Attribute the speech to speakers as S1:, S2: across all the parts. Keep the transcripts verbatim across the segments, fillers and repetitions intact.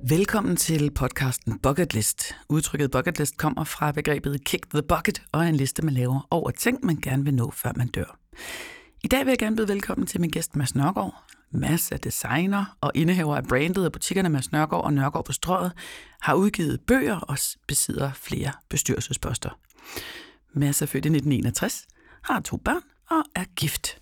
S1: Velkommen til podcasten Bucket List. Udtrykket bucket list kommer fra begrebet kick the bucket og er en liste, man laver over ting, man gerne vil nå, før man dør. I dag vil jeg gerne byde velkommen til min gæst Mads Nørgaard. Mads er designer og indehaver af brandet af butikkerne Mads Nørgaard og Nørgaard på Strøget, har udgivet bøger og besidder flere bestyrelsesposter. Mads er født i nitten enogtres, har to børn og er gift.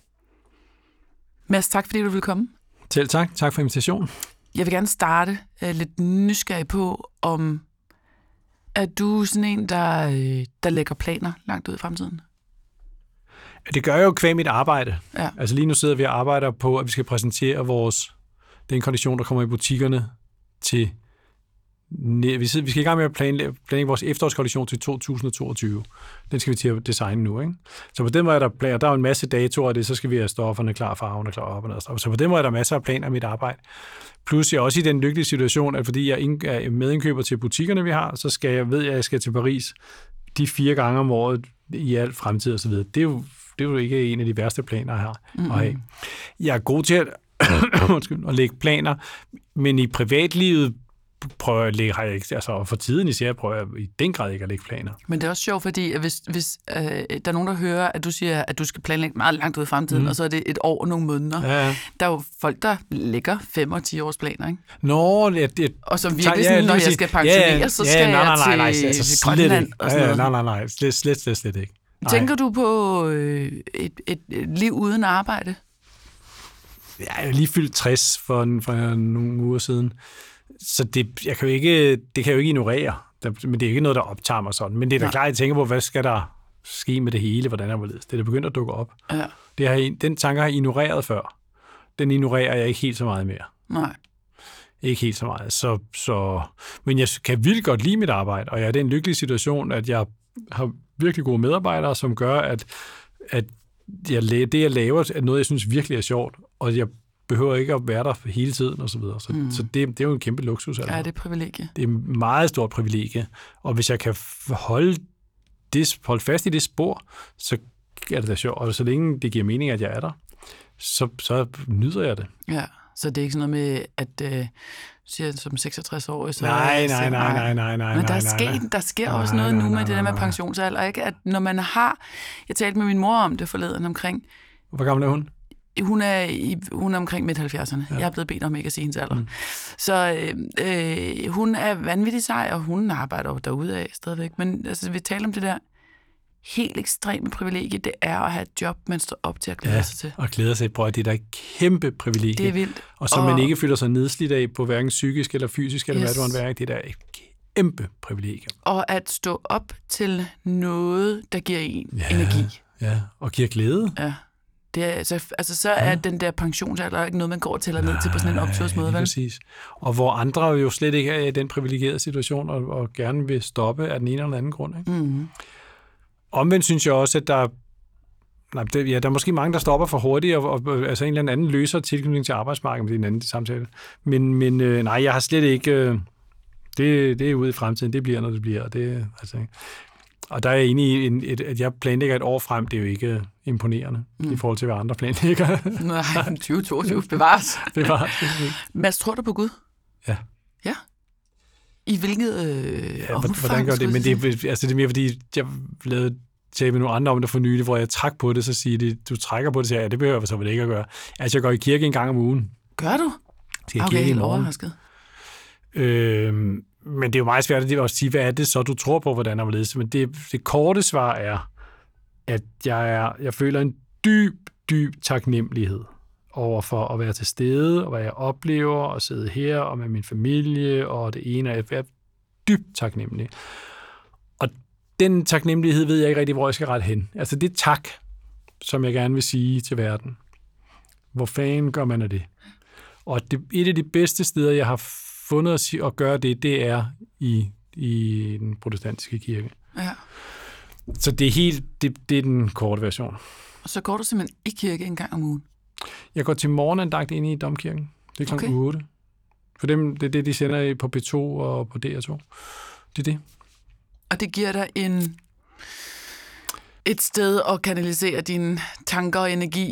S1: Mads, tak fordi du vil komme.
S2: Selv tak. Tak for invitationen.
S1: Jeg vil gerne starte uh, lidt nysgerrig på, om er du sådan en, der, uh, der lægger planer langt ud i fremtiden?
S2: Det gør jeg jo kvæg mit arbejde.
S1: Ja.
S2: Altså lige nu sidder vi og arbejder på, at vi skal præsentere vores, den kondition, der kommer i butikkerne til... Vi, sidder, vi skal i gang med at planlægge, planlægge vores efterårskondition til to tusind toogtyve. Den skal vi til at designe nu, ikke? Så på den måde er der planer. Der er jo en masse datoer af det, så skal vi have stofferne klar, farverne klar op og ned. Så på den måde er der masser af planer af mit arbejde. Plus jeg er også i den lykkelige situation, at fordi jeg er medindkøber til butikkerne, vi har, så skal jeg, ved jeg, at jeg skal til Paris de fire gange om året i alt fremtid og så videre. Det er jo, det er jo ikke en af de værste planer, jeg har mm-hmm. at have. Jeg er god til at, at lægge planer, men i privatlivet prøver jeg lægge, har jeg ikke, altså for tiden især prøver jeg i den grad ikke at lægge planer.
S1: Men det er også sjovt, fordi hvis, hvis øh, der er nogen, der hører, at du siger, at du skal planlægge meget langt ud i fremtiden, mm. og så er det et år og nogle måneder. Ja, ja. Der er jo folk, der lægger fem og ti års planer, ikke?
S2: Nå, det, det
S1: og som virkelig sådan, ja, når jeg skal pensionere, ja, så skal ja, nej, nej, nej, nej,
S2: jeg
S1: til, til Grønland og sådan noget.
S2: Ja, nej, nej, nej, slet, slet, slet, slet ikke. Nej.
S1: Tænker du på øh, et, et, et liv uden arbejde?
S2: Ja, jeg er lige fyldt tres for, for nogle uger siden. Så det, jeg kan jo ikke, det kan jeg jo ikke ignorere, men det er ikke noget, der optager mig sådan. Men det er da klart, at jeg tænker på, hvad skal der ske med det hele, hvordan er det? Det er da begyndt at dukke op. Ja. Det har, den tanke har jeg ignoreret før. Den ignorerer jeg ikke helt så meget mere.
S1: Nej.
S2: Ikke helt så meget. Så, så, men jeg kan virkelig godt lide mit arbejde, og jeg er i den lykkelige situation, at jeg har virkelig gode medarbejdere, som gør, at, at jeg, det, jeg laver, er noget, jeg synes virkelig er sjovt, og jeg behøver ikke at være der hele tiden og så videre. Så, mm. så det, det er jo en kæmpe luksus. Altså.
S1: Ja, det er et privilegie.
S2: Det er et meget stort privilegie. Og hvis jeg kan holde, det, holde fast i det spor, så er det da sjovt. Og så længe det giver mening, at jeg er der, så, så nyder jeg det.
S1: Ja, så det er ikke sådan noget med, at øh, siger som seksogtres-årig, så...
S2: Nej, nej, nej, nej, nej, nej.
S1: Men der,
S2: nej,
S1: sker,
S2: nej.
S1: der sker
S2: nej,
S1: også noget
S2: nej,
S1: nu med
S2: nej,
S1: det der med
S2: nej.
S1: pensionsalder, ikke? At når man har... Jeg talte med min mor om det forleden omkring...
S2: Hvor gammel er hun?
S1: Hun er, i, hun er omkring midt halvfjerdserne. Ja. Jeg er blevet bedt om ikke at sige hendes alder. Mm. Så øh, hun er vanvittig sej, og hun arbejder jo derude af stadigvæk. Men altså, vi taler om det der helt ekstreme privilegie, det er at have et job, man står op til at glæde
S2: ja,
S1: sig til.
S2: og glæde sig, prøv at det er da et kæmpe privilegie.
S1: Det er vildt.
S2: Og som og... man ikke føler sig nedslidt af på hverken psykisk eller fysisk, eller yes. hvad du det er da et kæmpe privilegie.
S1: Og at stå op til noget, der giver en
S2: ja,
S1: energi.
S2: Ja, og giver glæde.
S1: Ja. Det er, altså, altså så er ja. den der pensionsalder ikke noget, man går til eller ned til på sådan en optursmåde, vel?
S2: Præcis. Og hvor andre jo slet ikke er i den privilegerede situation, og, og gerne vil stoppe af den ene eller den anden grund. Ikke? Mm-hmm. Omvendt synes jeg også, at der, nej, det, ja, der er måske mange, der stopper for hurtigt, og, og altså en eller anden løser tilknytning til arbejdsmarkedet, men det er en anden samtale. Men, men øh, nej, jeg har slet ikke... Øh, det, det er ude i fremtiden, det bliver, når det bliver. Det, altså, og der er jeg enig i, en, et, at jeg planlægger et år frem, det er jo ikke imponerende mm. i forhold til, hvad andre planlægger.
S1: Nej, tyve toogtyve, bevares.
S2: bevares.
S1: Mads, tror du på Gud?
S2: Ja.
S1: Ja? I hvilket øh,
S2: ja, omfang? Hvordan gør det? Men det er, altså, det er mere, fordi jeg lavede tale med nogle andre om det for nylig, hvor jeg træk på det, så siger de, du trækker på det, så ja, det behøver jeg så vel ikke at gøre. Altså, jeg går i kirke en gang om ugen.
S1: Gør du?
S2: Skal jeg
S1: okay,
S2: kirke
S1: helt overrasket.
S2: Øhm, men det er jo meget svært at sige, hvad er det så, du tror på, hvordan der vil lede. Men det, det korte svar er, at jeg, er, jeg føler en dyb, dyb taknemmelighed over for at være til stede, og hvad jeg oplever, og sidde her, og med min familie, og det ene, og jeg er dybt taknemmelig. Og den taknemmelighed ved jeg ikke rigtig, hvor jeg skal rette hen. Altså det tak, som jeg gerne vil sige til verden. Hvor fanden gør man af det? Og det, et af de bedste steder, jeg har fundet at, sige, at gøre det, det er i, i den protestantiske kirke.
S1: Ja.
S2: Så det er helt, det, det er den korte version.
S1: Og så går du simpelthen i kirke en gang om ugen?
S2: Jeg går til morgenandagt inde i Domkirken. Det er klokken
S1: okay.
S2: otte. For dem, det er det, de sender på P to og på D R to. Det er det.
S1: Og det giver dig en, et sted at kanalisere dine tanker og energi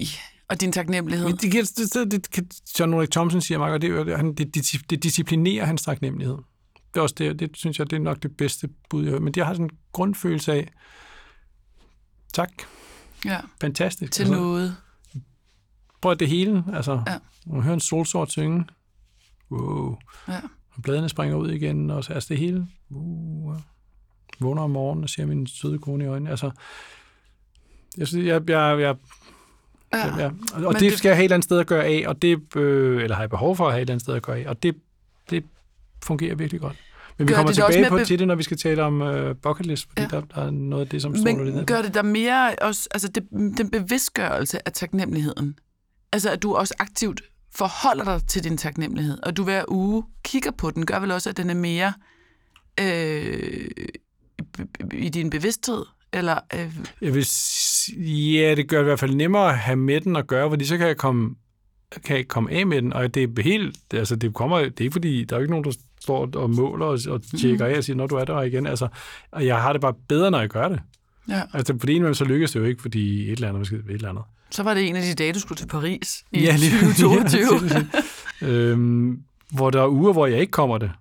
S1: Og din taknemmelighed.
S2: Det, det, det, det, det John Ulrik Thomsen siger meget, og det, det, det, det disciplinerer hans taknemmelighed. Det er også det, det synes jeg, det er nok det bedste bud, jeg har. Men det har sådan en grundfølelse af, tak,
S1: ja.
S2: Fantastisk.
S1: Til
S2: altså,
S1: noget.
S2: Prøv det hele, altså,
S1: ja.
S2: Man hører en solsort synge, wow,
S1: ja.
S2: Og bladene springer ud igen, og så altså det hele, uh, vågner om morgenen og ser min søde kone i øjnene, altså, jeg synes, jeg, jeg, jeg Ja. Ja. Og det, det skal jeg have et eller andet sted at gøre af, og det, øh, eller har jeg behov for at have et eller andet sted at gøre af, og det, det fungerer virkelig godt. Men vi gør kommer tilbage på be- til det, når vi skal tale om øh, bucket list, fordi ja. der, der er noget af det, som står
S1: Men gør det der mere også, altså det, den bevidstgørelse af taknemmeligheden, altså at du også aktivt forholder dig til din taknemmelighed, og du hver uge kigger på den, gør vel også, at den er mere øh, i din bevidsthed, eller... Øh...
S2: Jeg vil ja, det gør det i hvert fald nemmere at have med den at gøre, fordi så kan jeg komme, kan jeg komme af med den, og det er helt, altså det kommer, det er ikke fordi, der er ikke nogen, der står og måler og, og tjekker af og siger, når du er der igen, altså, og jeg har det bare bedre, når jeg gør det.
S1: Ja.
S2: Altså, på det ene måde, så lykkes det jo ikke, fordi et eller andet, måske et eller andet.
S1: Så var det en af de dage, du skulle til Paris i
S2: ja, lige,
S1: tyve toogtyve.
S2: Ja, øhm, hvor der er uger, hvor jeg ikke kommer det,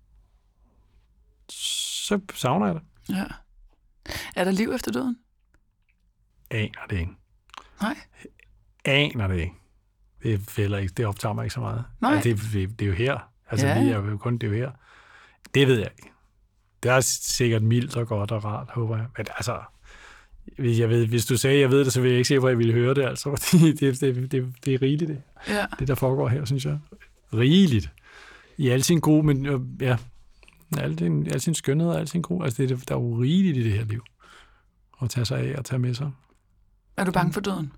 S2: så savner jeg det.
S1: Ja. Er der liv efter døden?
S2: Aner det ikke.
S1: Nej.
S2: Aner det ikke. Det fælder ikke. Det optager mig ikke så meget.
S1: Nej.
S2: Altså, det, det, det er jo her. Altså,
S1: ja.
S2: vi er jo kun det er jo her. Det ved jeg ikke. Det er sikkert mildt og godt og rart, håber jeg. Men altså, jeg ved, hvis du sagde, jeg ved det, så vil jeg ikke se, hvor jeg ville høre det. Altså, det, det, det, det, det er rigeligt, det.
S1: Ja.
S2: Det, der foregår her, synes jeg. Rigeligt. I al sin gode, men ja, al sin, al sin skønhed og al sin gode. Altså, det, der er jo rigeligt i det her liv. At tage sig af og tage med sig.
S1: Er du bange for døden?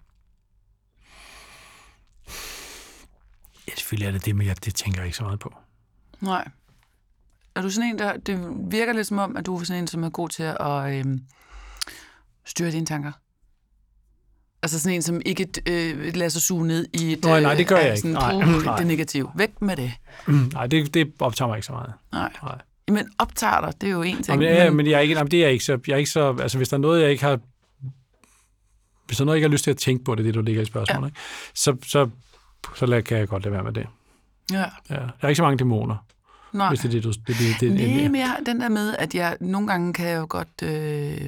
S2: Ja, selvfølgelig er det det, men jeg, det tænker jeg ikke så meget på.
S1: Nej. Er du sådan en, der... Det virker lidt som om, at du er sådan en, som er god til at øhm, styre dine tanker. Altså sådan en, som ikke øh, lader sig suge ned i et...
S2: Nej, nej, det gør jeg ikke.
S1: Nej, nej. Det negative. Væk med det.
S2: Nej, det, det optager mig ikke så meget.
S1: Nej. nej. Men optager dig, det er jo en ting.
S2: Jamen, ja, men jeg er ikke, jamen, det er jeg ikke så... Jeg er ikke så altså, hvis der er noget, jeg ikke har... Hvis der er noget, jeg ikke har lyst til at tænke på, det er det, du ligger i spørgsmålet, ja. ikke? Så, så, så kan jeg godt lade være med det.
S1: Ja.
S2: Ja. Jeg har ikke så mange dæmoner.
S1: Nej.
S2: Hvis det er det, du... Det, det, det,
S1: Nej, men jeg har den der med, at jeg nogle gange kan jeg jo godt... Øh,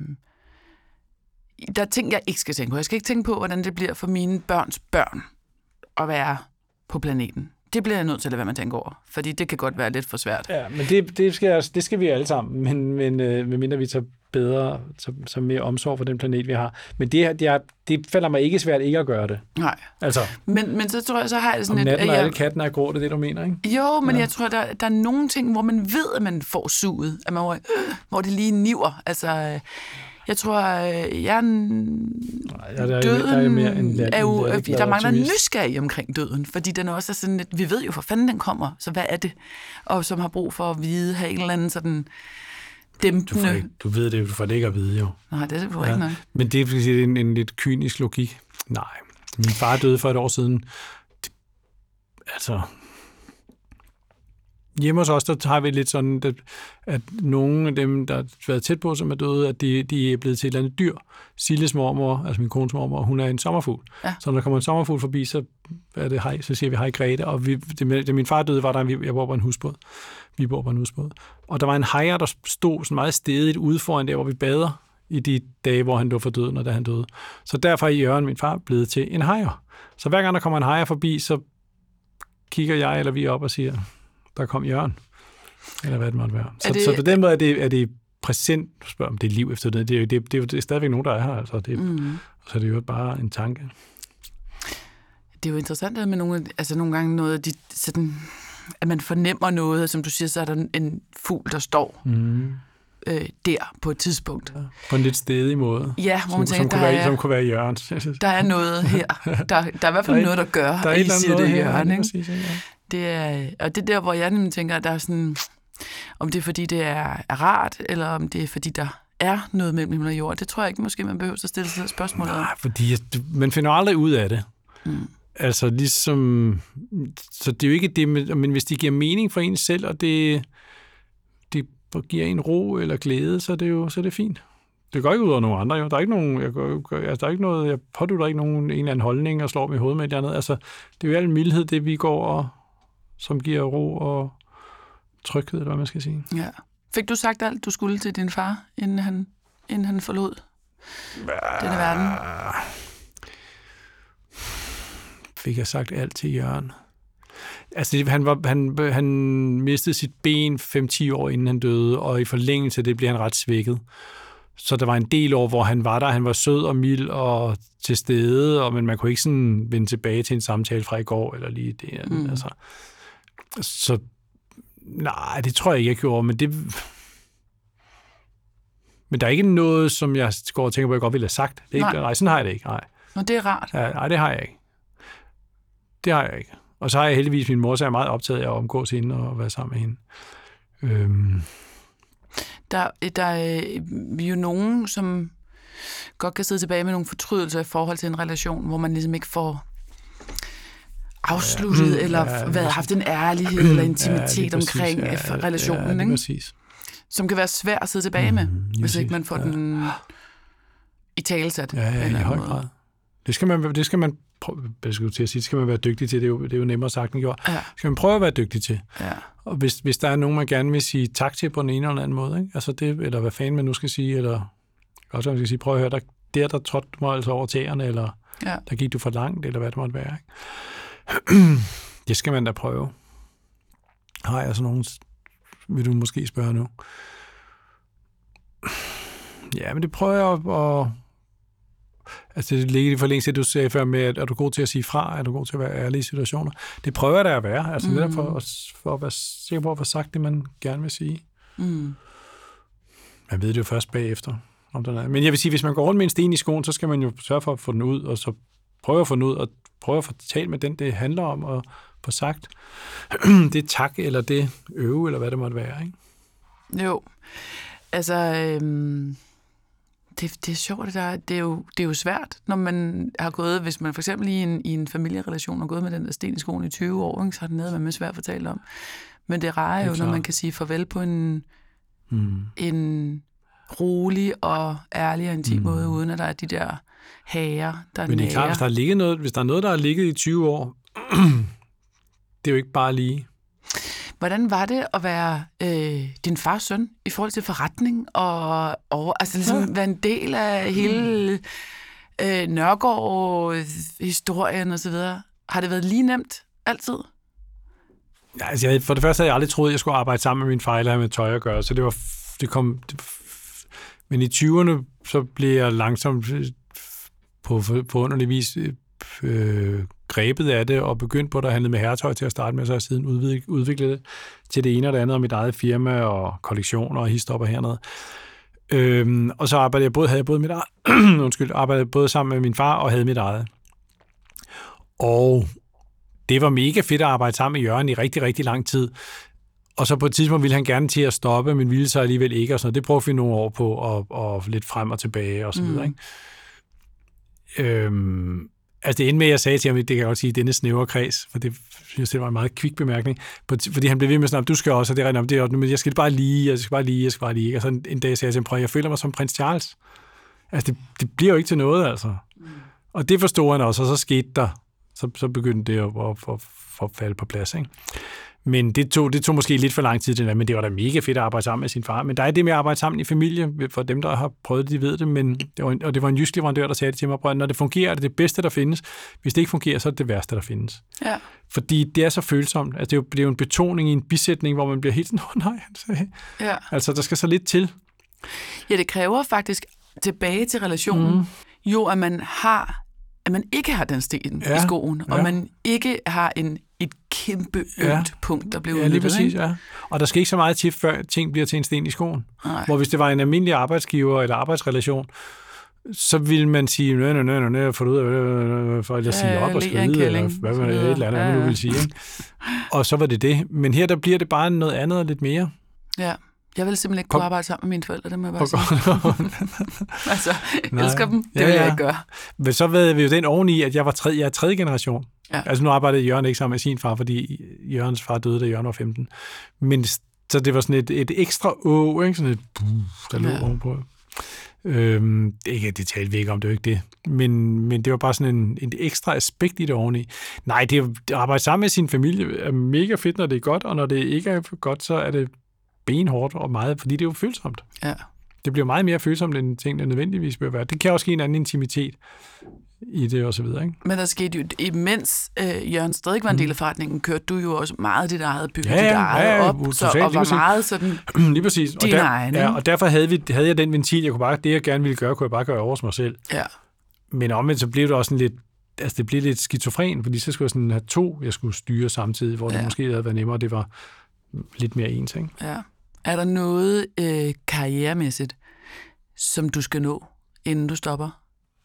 S1: der er ting, jeg ikke skal tænke på. Jeg skal ikke tænke på, hvordan det bliver for mine børns børn at være på planeten. Det bliver jeg nødt til at lade være med at tænke over, fordi det kan godt være lidt for svært.
S2: Ja, men det, det, skal, det skal vi alle sammen, men, men øh, medmindre vi tager bedre, så, så mere omsorg for den planet, vi har. Men det, det, er, det falder mig ikke svært ikke at gøre det.
S1: Nej.
S2: Altså,
S1: men, men så tror jeg, så har jeg det sådan
S2: om
S1: lidt...
S2: natten og alle katten er grå, det er det, du mener, ikke?
S1: Jo, men
S2: ja.
S1: jeg tror, der, der er nogle ting, hvor man ved, at man får suget, at man, øh, hvor det lige niver. Altså... Jeg tror, jeg er
S2: Nej, der er,
S1: døden
S2: der er, mere en
S1: er jo, der er mange, der er nysgerrige omkring døden, fordi den også er sådan, at vi ved jo, for fanden den kommer, så hvad er det? Og som har brug for at vide, have en eller anden sådan dæmpende...
S2: Du, ikke, du ved det, du får det ikke at vide, jo.
S1: Nej, det er jo ja. ikke noget.
S2: Men det er en, en lidt kynisk logik. Nej, min far døde for et år siden. Det, altså... Hjemme hos os, der har vi lidt sådan, at, at nogle af dem, der har været tæt på, som er døde, at de, de er blevet til et eller andet dyr. Silles mormor, altså min kones mormor, hun er en sommerfugl. Ja. Så når der kommer en sommerfugl forbi, så, er det, hej, så siger vi hej Grete. Og vi, det, da min far døde, var der, en, jeg bor på en husbåd. Vi bor på en husbåd. Og der var en hejer, der stod sådan meget stedigt ude foran der, hvor vi bader i de dage, hvor han lå for døden, og da han døde. Så derfor er Jørgen, min far, blevet til en hejer. Så hver gang der kommer en hejer forbi, så kigger jeg eller vi op og siger... Der kom Jørgen, eller hvad det måtte være. Så, det, så på den måde er det, er det præsent, du spørger om det er liv efter det, det er jo det, det er jo stadigvæk nogen, der er her, altså det, mm. så det er jo bare en tanke.
S1: Det er jo interessant med nogle, altså nogle gange noget af de, sådan, at man fornemmer noget, som du siger, så er der en fugl, der står mm. øh, der på et tidspunkt. Ja,
S2: på en lidt stedig måde.
S1: Ja, hvor man
S2: som,
S1: tænker,
S2: som,
S1: der
S2: kunne være,
S1: er,
S2: som kunne være Jørgen.
S1: Der er noget her. Der, der er i hvert fald der er, noget, der gør,
S2: der
S1: at I siger det Jørgen.
S2: Her, ikke? Ja.
S1: Det er, og det er der, hvor jeg nemlig tænker, at der er sådan, om det er, fordi det er, er rart, eller om det er, fordi der er noget mellem himmel og jord. Det tror jeg ikke, måske man behøver at stille sig spørgsmål om.
S2: Nej, fordi man finder aldrig ud af det. Mm. Altså ligesom, så det er jo ikke det, men hvis det giver mening for en selv, og det, det giver en ro eller glæde, så er det jo så er det fint. det går ikke ud over nogen andre. Jo. Der er ikke nogen, jeg, altså, der er ikke noget, jeg pådutter ikke nogen en eller anden holdning og slår mig i hovedet med et eller andet. Altså, det er jo al mildhed, det vi går og som giver ro og tryghed, eller hvad man skal sige.
S1: Ja. Fik du sagt alt, du skulle til din far, inden han, inden han forlod denne verden?
S2: Fik jeg sagt alt til Jørgen? Altså, han, var, han, han mistede sit ben fem til ti år, inden han døde, og i forlængelse af det blev han ret svækket. Så der var en del år, hvor han var der. Han var sød og mild og til stede, og, men man kunne ikke sådan vende tilbage til en samtale fra i går, eller lige det. Mm. Altså, så nej, det tror jeg ikke, jeg gjorde, men det... Men der er ikke noget, som jeg går og tænker på, jeg godt ville have sagt. Det er ikke, nej, sådan har jeg det ikke. Nej.
S1: Nå, det er rart.
S2: Ja, nej, det har jeg ikke. Det har jeg ikke. Og så har jeg heldigvis min mor, så er jeg meget optaget af at omgås hende og være sammen med hende. Øhm.
S1: Der, der er jo nogen, som godt kan sidde tilbage med nogle fortrydelser i forhold til en relation, hvor man ligesom ikke får afsluttet, ja, eller ja, været, haft en ærlighed eller intimitet ja, omkring ja, relationen, ja, det er ikke? Som kan være svært at sidde tilbage med, mm, hvis præcis. Ikke man får ja. Den i talesat.
S2: Ja, ja, i høj grad. Det skal man, det skal man jeg skulle til at sige, det skal man være dygtig til, det er jo, det er jo nemmere sagt end gjort. Ja. Det skal man prøve at være dygtig til. Ja. Og hvis, hvis der er nogen, man gerne vil sige tak til på den ene eller anden måde, ikke? Altså det, eller hvad fanden man nu skal sige, eller også man skal sige, prøv at høre, der, der, der trådte du mig altså over tæerne, eller ja. Der gik du for langt, eller hvad det måtte være. Ikke? Det skal man da prøve. Har jeg sådan nogen, vil du måske spørge nu? Ja, men det prøver jeg at... at altså det ligger i forlængelse det, du sagde før med, at er du god til at sige fra, er du god til at være ærlig i situationer? Det prøver jeg da at være, altså mm. netop for, for at være sikker på at få sagt det, man gerne vil sige. Mm. Man ved det jo først bagefter, om den er. Men jeg vil sige, hvis man går rundt med en sten i skoen, så skal man jo sørge for at få den ud, og så prøve at få den ud, og prøve at få talt med den, det handler om, og få sagt det tak, eller det øve, eller hvad det måtte være, ikke?
S1: Jo, altså... Øhm Det, det er sjovt, det der. Det er, jo, det er jo svært, når man har gået, hvis man for eksempel i en, i en familierelation har gået med den der sten i skoen i tyve år, ikke, så er det noget, man er svært at fortælle om. Men det rare er jo, når man kan sige farvel på en, mm. en rolig og ærlig og intim mm. måde, uden at der er de der hager, der
S2: Men det er klart, hvis der, er ligget noget, hvis der er noget, der har ligget i tyve år, det er jo ikke bare lige.
S1: Hvordan var det at være øh, din fars søn i forhold til forretning og, og altså ligesom ja. Være en del af hele øh, Nørgaard-historien og så videre? Har det været lige nemt altid?
S2: Ja, altså jeg, for det første havde jeg aldrig troet, at jeg skulle arbejde sammen med min far eller med tøj at gøre, så det var det kom. Det, men i tyverne så blev jeg langsomt på, på underlig vis øh, grebet af det og begyndt på det at handle med herretøj til at starte med, så har jeg siden udviklet, udviklet det til det ene og det andet, og mit eget firma og kollektioner og histopper hernede. Øhm, og så arbejdede jeg både, havde jeg både mit eget, undskyld, arbejdede både sammen med min far og havde mit eget. Og det var mega fedt at arbejde sammen med Jørgen i rigtig, rigtig lang tid. Og så på et tidspunkt ville han gerne til at stoppe, men ville så alligevel ikke, og sådan noget. Det brugte vi nogle år på, og, og lidt frem og tilbage og så videre, mm. ikke? Øhm, Altså det endte med, at jeg sagde til ham, det kan jeg godt sige, denne snævre kreds, for det synes jeg, det var en meget kvik bemærkning, fordi han blev ved med sådan, du skal også, og det er rigtigt, det er, men jeg skal bare lige, jeg skal bare lige, jeg skal bare lige, og så en, en dag sagde jeg til ham, prøv, jeg føler mig som prins Charles. Altså det, det bliver jo ikke til noget, altså. Mm. Og det forstod han også, og så skete der, så, så begyndte det at, at, at, at falde på plads, ikke? Men det tog, det tog måske lidt for lang tid, men det var da mega fedt at arbejde sammen med sin far. Men der er det med at arbejde sammen i familie, for dem, der har prøvet det, de ved det, men det var en, og det var en jysk leverandør, der sagde det til mig, prøv, når det fungerer, er det det bedste, der findes. Hvis det ikke fungerer, så er det det værste, der findes. Ja. Fordi det er så følsomt. Altså, det, er jo, det er jo en betoning i en bisætning, hvor man bliver helt sådan, åh nej, han sagde. Ja. Altså, der skal så lidt til.
S1: Ja, det kræver faktisk tilbage til relationen, mm. jo, at man har at man ikke har den sten ja, i skoen, og ja. Man ikke har en, et kæmpe ømt ja. Punkt, der bliver udnyttet. Ja, lige præcis, ikke? Ja.
S2: Og der skal ikke så meget til, før ting bliver til en sten i skoen. Nej. Hvor hvis det var en almindelig arbejdsgiver eller arbejdsrelation, så ville man sige, nø, nø, nø, nø, for ud af, for at sige op og skride, eller hvad man, et eller andet, ja. Man nu vil sige. Ikke? Og så var det det. Men her, der bliver det bare noget andet og lidt mere.
S1: Ja. Jeg vil simpelthen ikke kunne arbejde sammen med mine forældre, det må jeg bare sige. Altså, jeg elsker dem, det ja, vil jeg ikke gøre.
S2: Men så ved vi jo den oveni, at jeg var tredje, jeg er tredje generation. Ja. Altså nu arbejdede Jørgen ikke sammen med sin far, fordi Jørgens far døde, da Jørgen var femten. Men så det var sådan et, et ekstra å, ikke? Sådan et, der lå ja. Ovenpå. Øhm, ikke, det talte vi ikke om, det er jo ikke det. Men, men det var bare sådan en, en ekstra aspekt i det oveni. Nej, det er, at arbejde sammen med sin familie er mega fedt, når det er godt, og når det ikke er godt, så er det benhårdt og meget, fordi det er jo følsomt.
S1: Ja.
S2: Det bliver meget mere følsomt, end ting, der nødvendigvis bør være. Det kan også give en anden intimitet i det og så videre, ikke?
S1: Men der skete jo, imens øh, Jørgen stadig var en del af forretningen, kørte du jo også meget dit eget, bygget
S2: ja, ja,
S1: dit eget
S2: ja, ja,
S1: op, så, og var meget sådan
S2: lige præcis. Og
S1: din
S2: der,
S1: egen.
S2: Ja, og derfor havde, vi, havde jeg den ventil, jeg kunne bare, det jeg gerne ville gøre, kunne jeg bare gøre over hos mig selv.
S1: Ja.
S2: Men omvendt, så blev det også sådan lidt, altså det blev lidt skizofren, fordi så skulle jeg sådan have to, jeg skulle styre samtidig, hvor det
S1: ja.
S2: måske havde været nemmere, det var lidt mere ens, ikke?
S1: Ja. Er der noget øh, karrieremæssigt, som du skal nå, inden du stopper?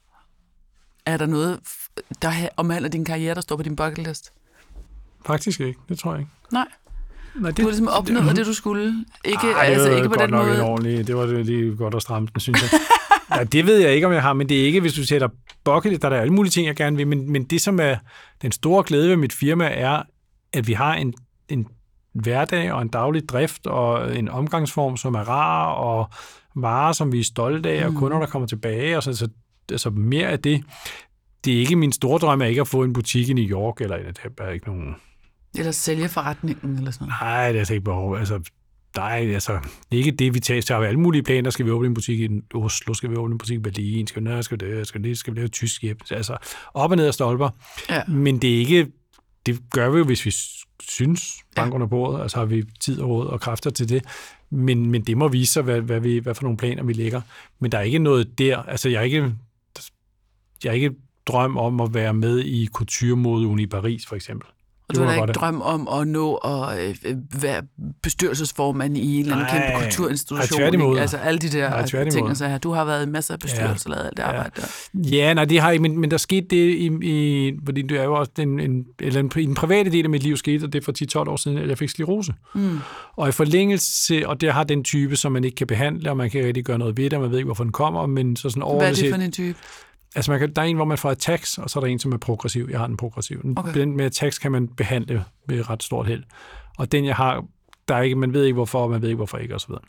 S1: Er der noget, der omhandler din karriere, der står på din bucket list?
S2: Faktisk ikke, det tror jeg ikke.
S1: Nej.
S2: Nej, det,
S1: du har ligesom opnået det, det, du skulle. Ikke,
S2: ej,
S1: altså,
S2: det
S1: ikke på
S2: godt
S1: den
S2: nok
S1: måde.
S2: Ordentligt. Det var det lige godt at stramme den, synes jeg. Ja, det ved jeg ikke, om jeg har, men det er ikke, hvis du sætter bucket list, der er der alle mulige ting, jeg gerne vil, men, men det, som er den store glæde ved mit firma, er, at vi har en, en hverdag og en daglig drift og en omgangsform, som er rar, og varer, som vi er stolte af, og kunder, der kommer tilbage, og så, så altså mere af det. Det er ikke min store drøm, at ikke at få en butik i New York, eller det er ikke nogen...
S1: Eller sælge forretningen, eller sådan noget.
S2: Nej, det er altså ikke behov. Altså, nej, altså, det er ikke det, vi tager. Så har vi alle mulige planer. Skal vi åbne en butik i Oslo? Skal vi åbne en butik i Berlin? Skal vi, skal vi det? Skal vi det? Skal vi lave et tysk hjem? Altså, op og ned af stolper. Ja. Men det er ikke... Det gør vi jo, hvis vi synes, bankerne på bordet, altså har vi tid og råd og kræfter til det. Men, men det må vise sig, hvad, hvad, vi, hvad for nogle planer vi lægger. Men der er ikke noget der. Altså, jeg er ikke... Jeg er ikke drøm om at være med i couture-modeugen i Paris, for eksempel.
S1: Og du har ikke drøm om at nå at øh, være bestyrelsesformand i en eller anden nej, kæmpe kulturinstitution?
S2: Nej,
S1: altså alle de der nej, ting, så her. Du har været i masser af bestyrelser og ja, lavet alt det arbejde
S2: ja.
S1: der.
S2: Ja, nej, det har ikke, men, men der skete det i, i fordi det er jo også en, en, eller en, i den private del af mit liv skete, og det for ti til tolv år siden, at jeg fik sklerose. Mm. Og i forlængelse, og det har den type, som man ikke kan behandle, og man kan rigtig gøre noget ved det, og man ved ikke, hvorfor den kommer, men så sådan
S1: over. Hvad er det for en type?
S2: Altså, man kan, der er en, hvor man får attacks, og så er der en, som er progressiv. Jeg har den progressiv. Okay. Den med attacks kan man behandle med ret stort held. Og den, jeg har, der er ikke, man ved ikke, hvorfor, og man ved ikke, hvorfor ikke, osv.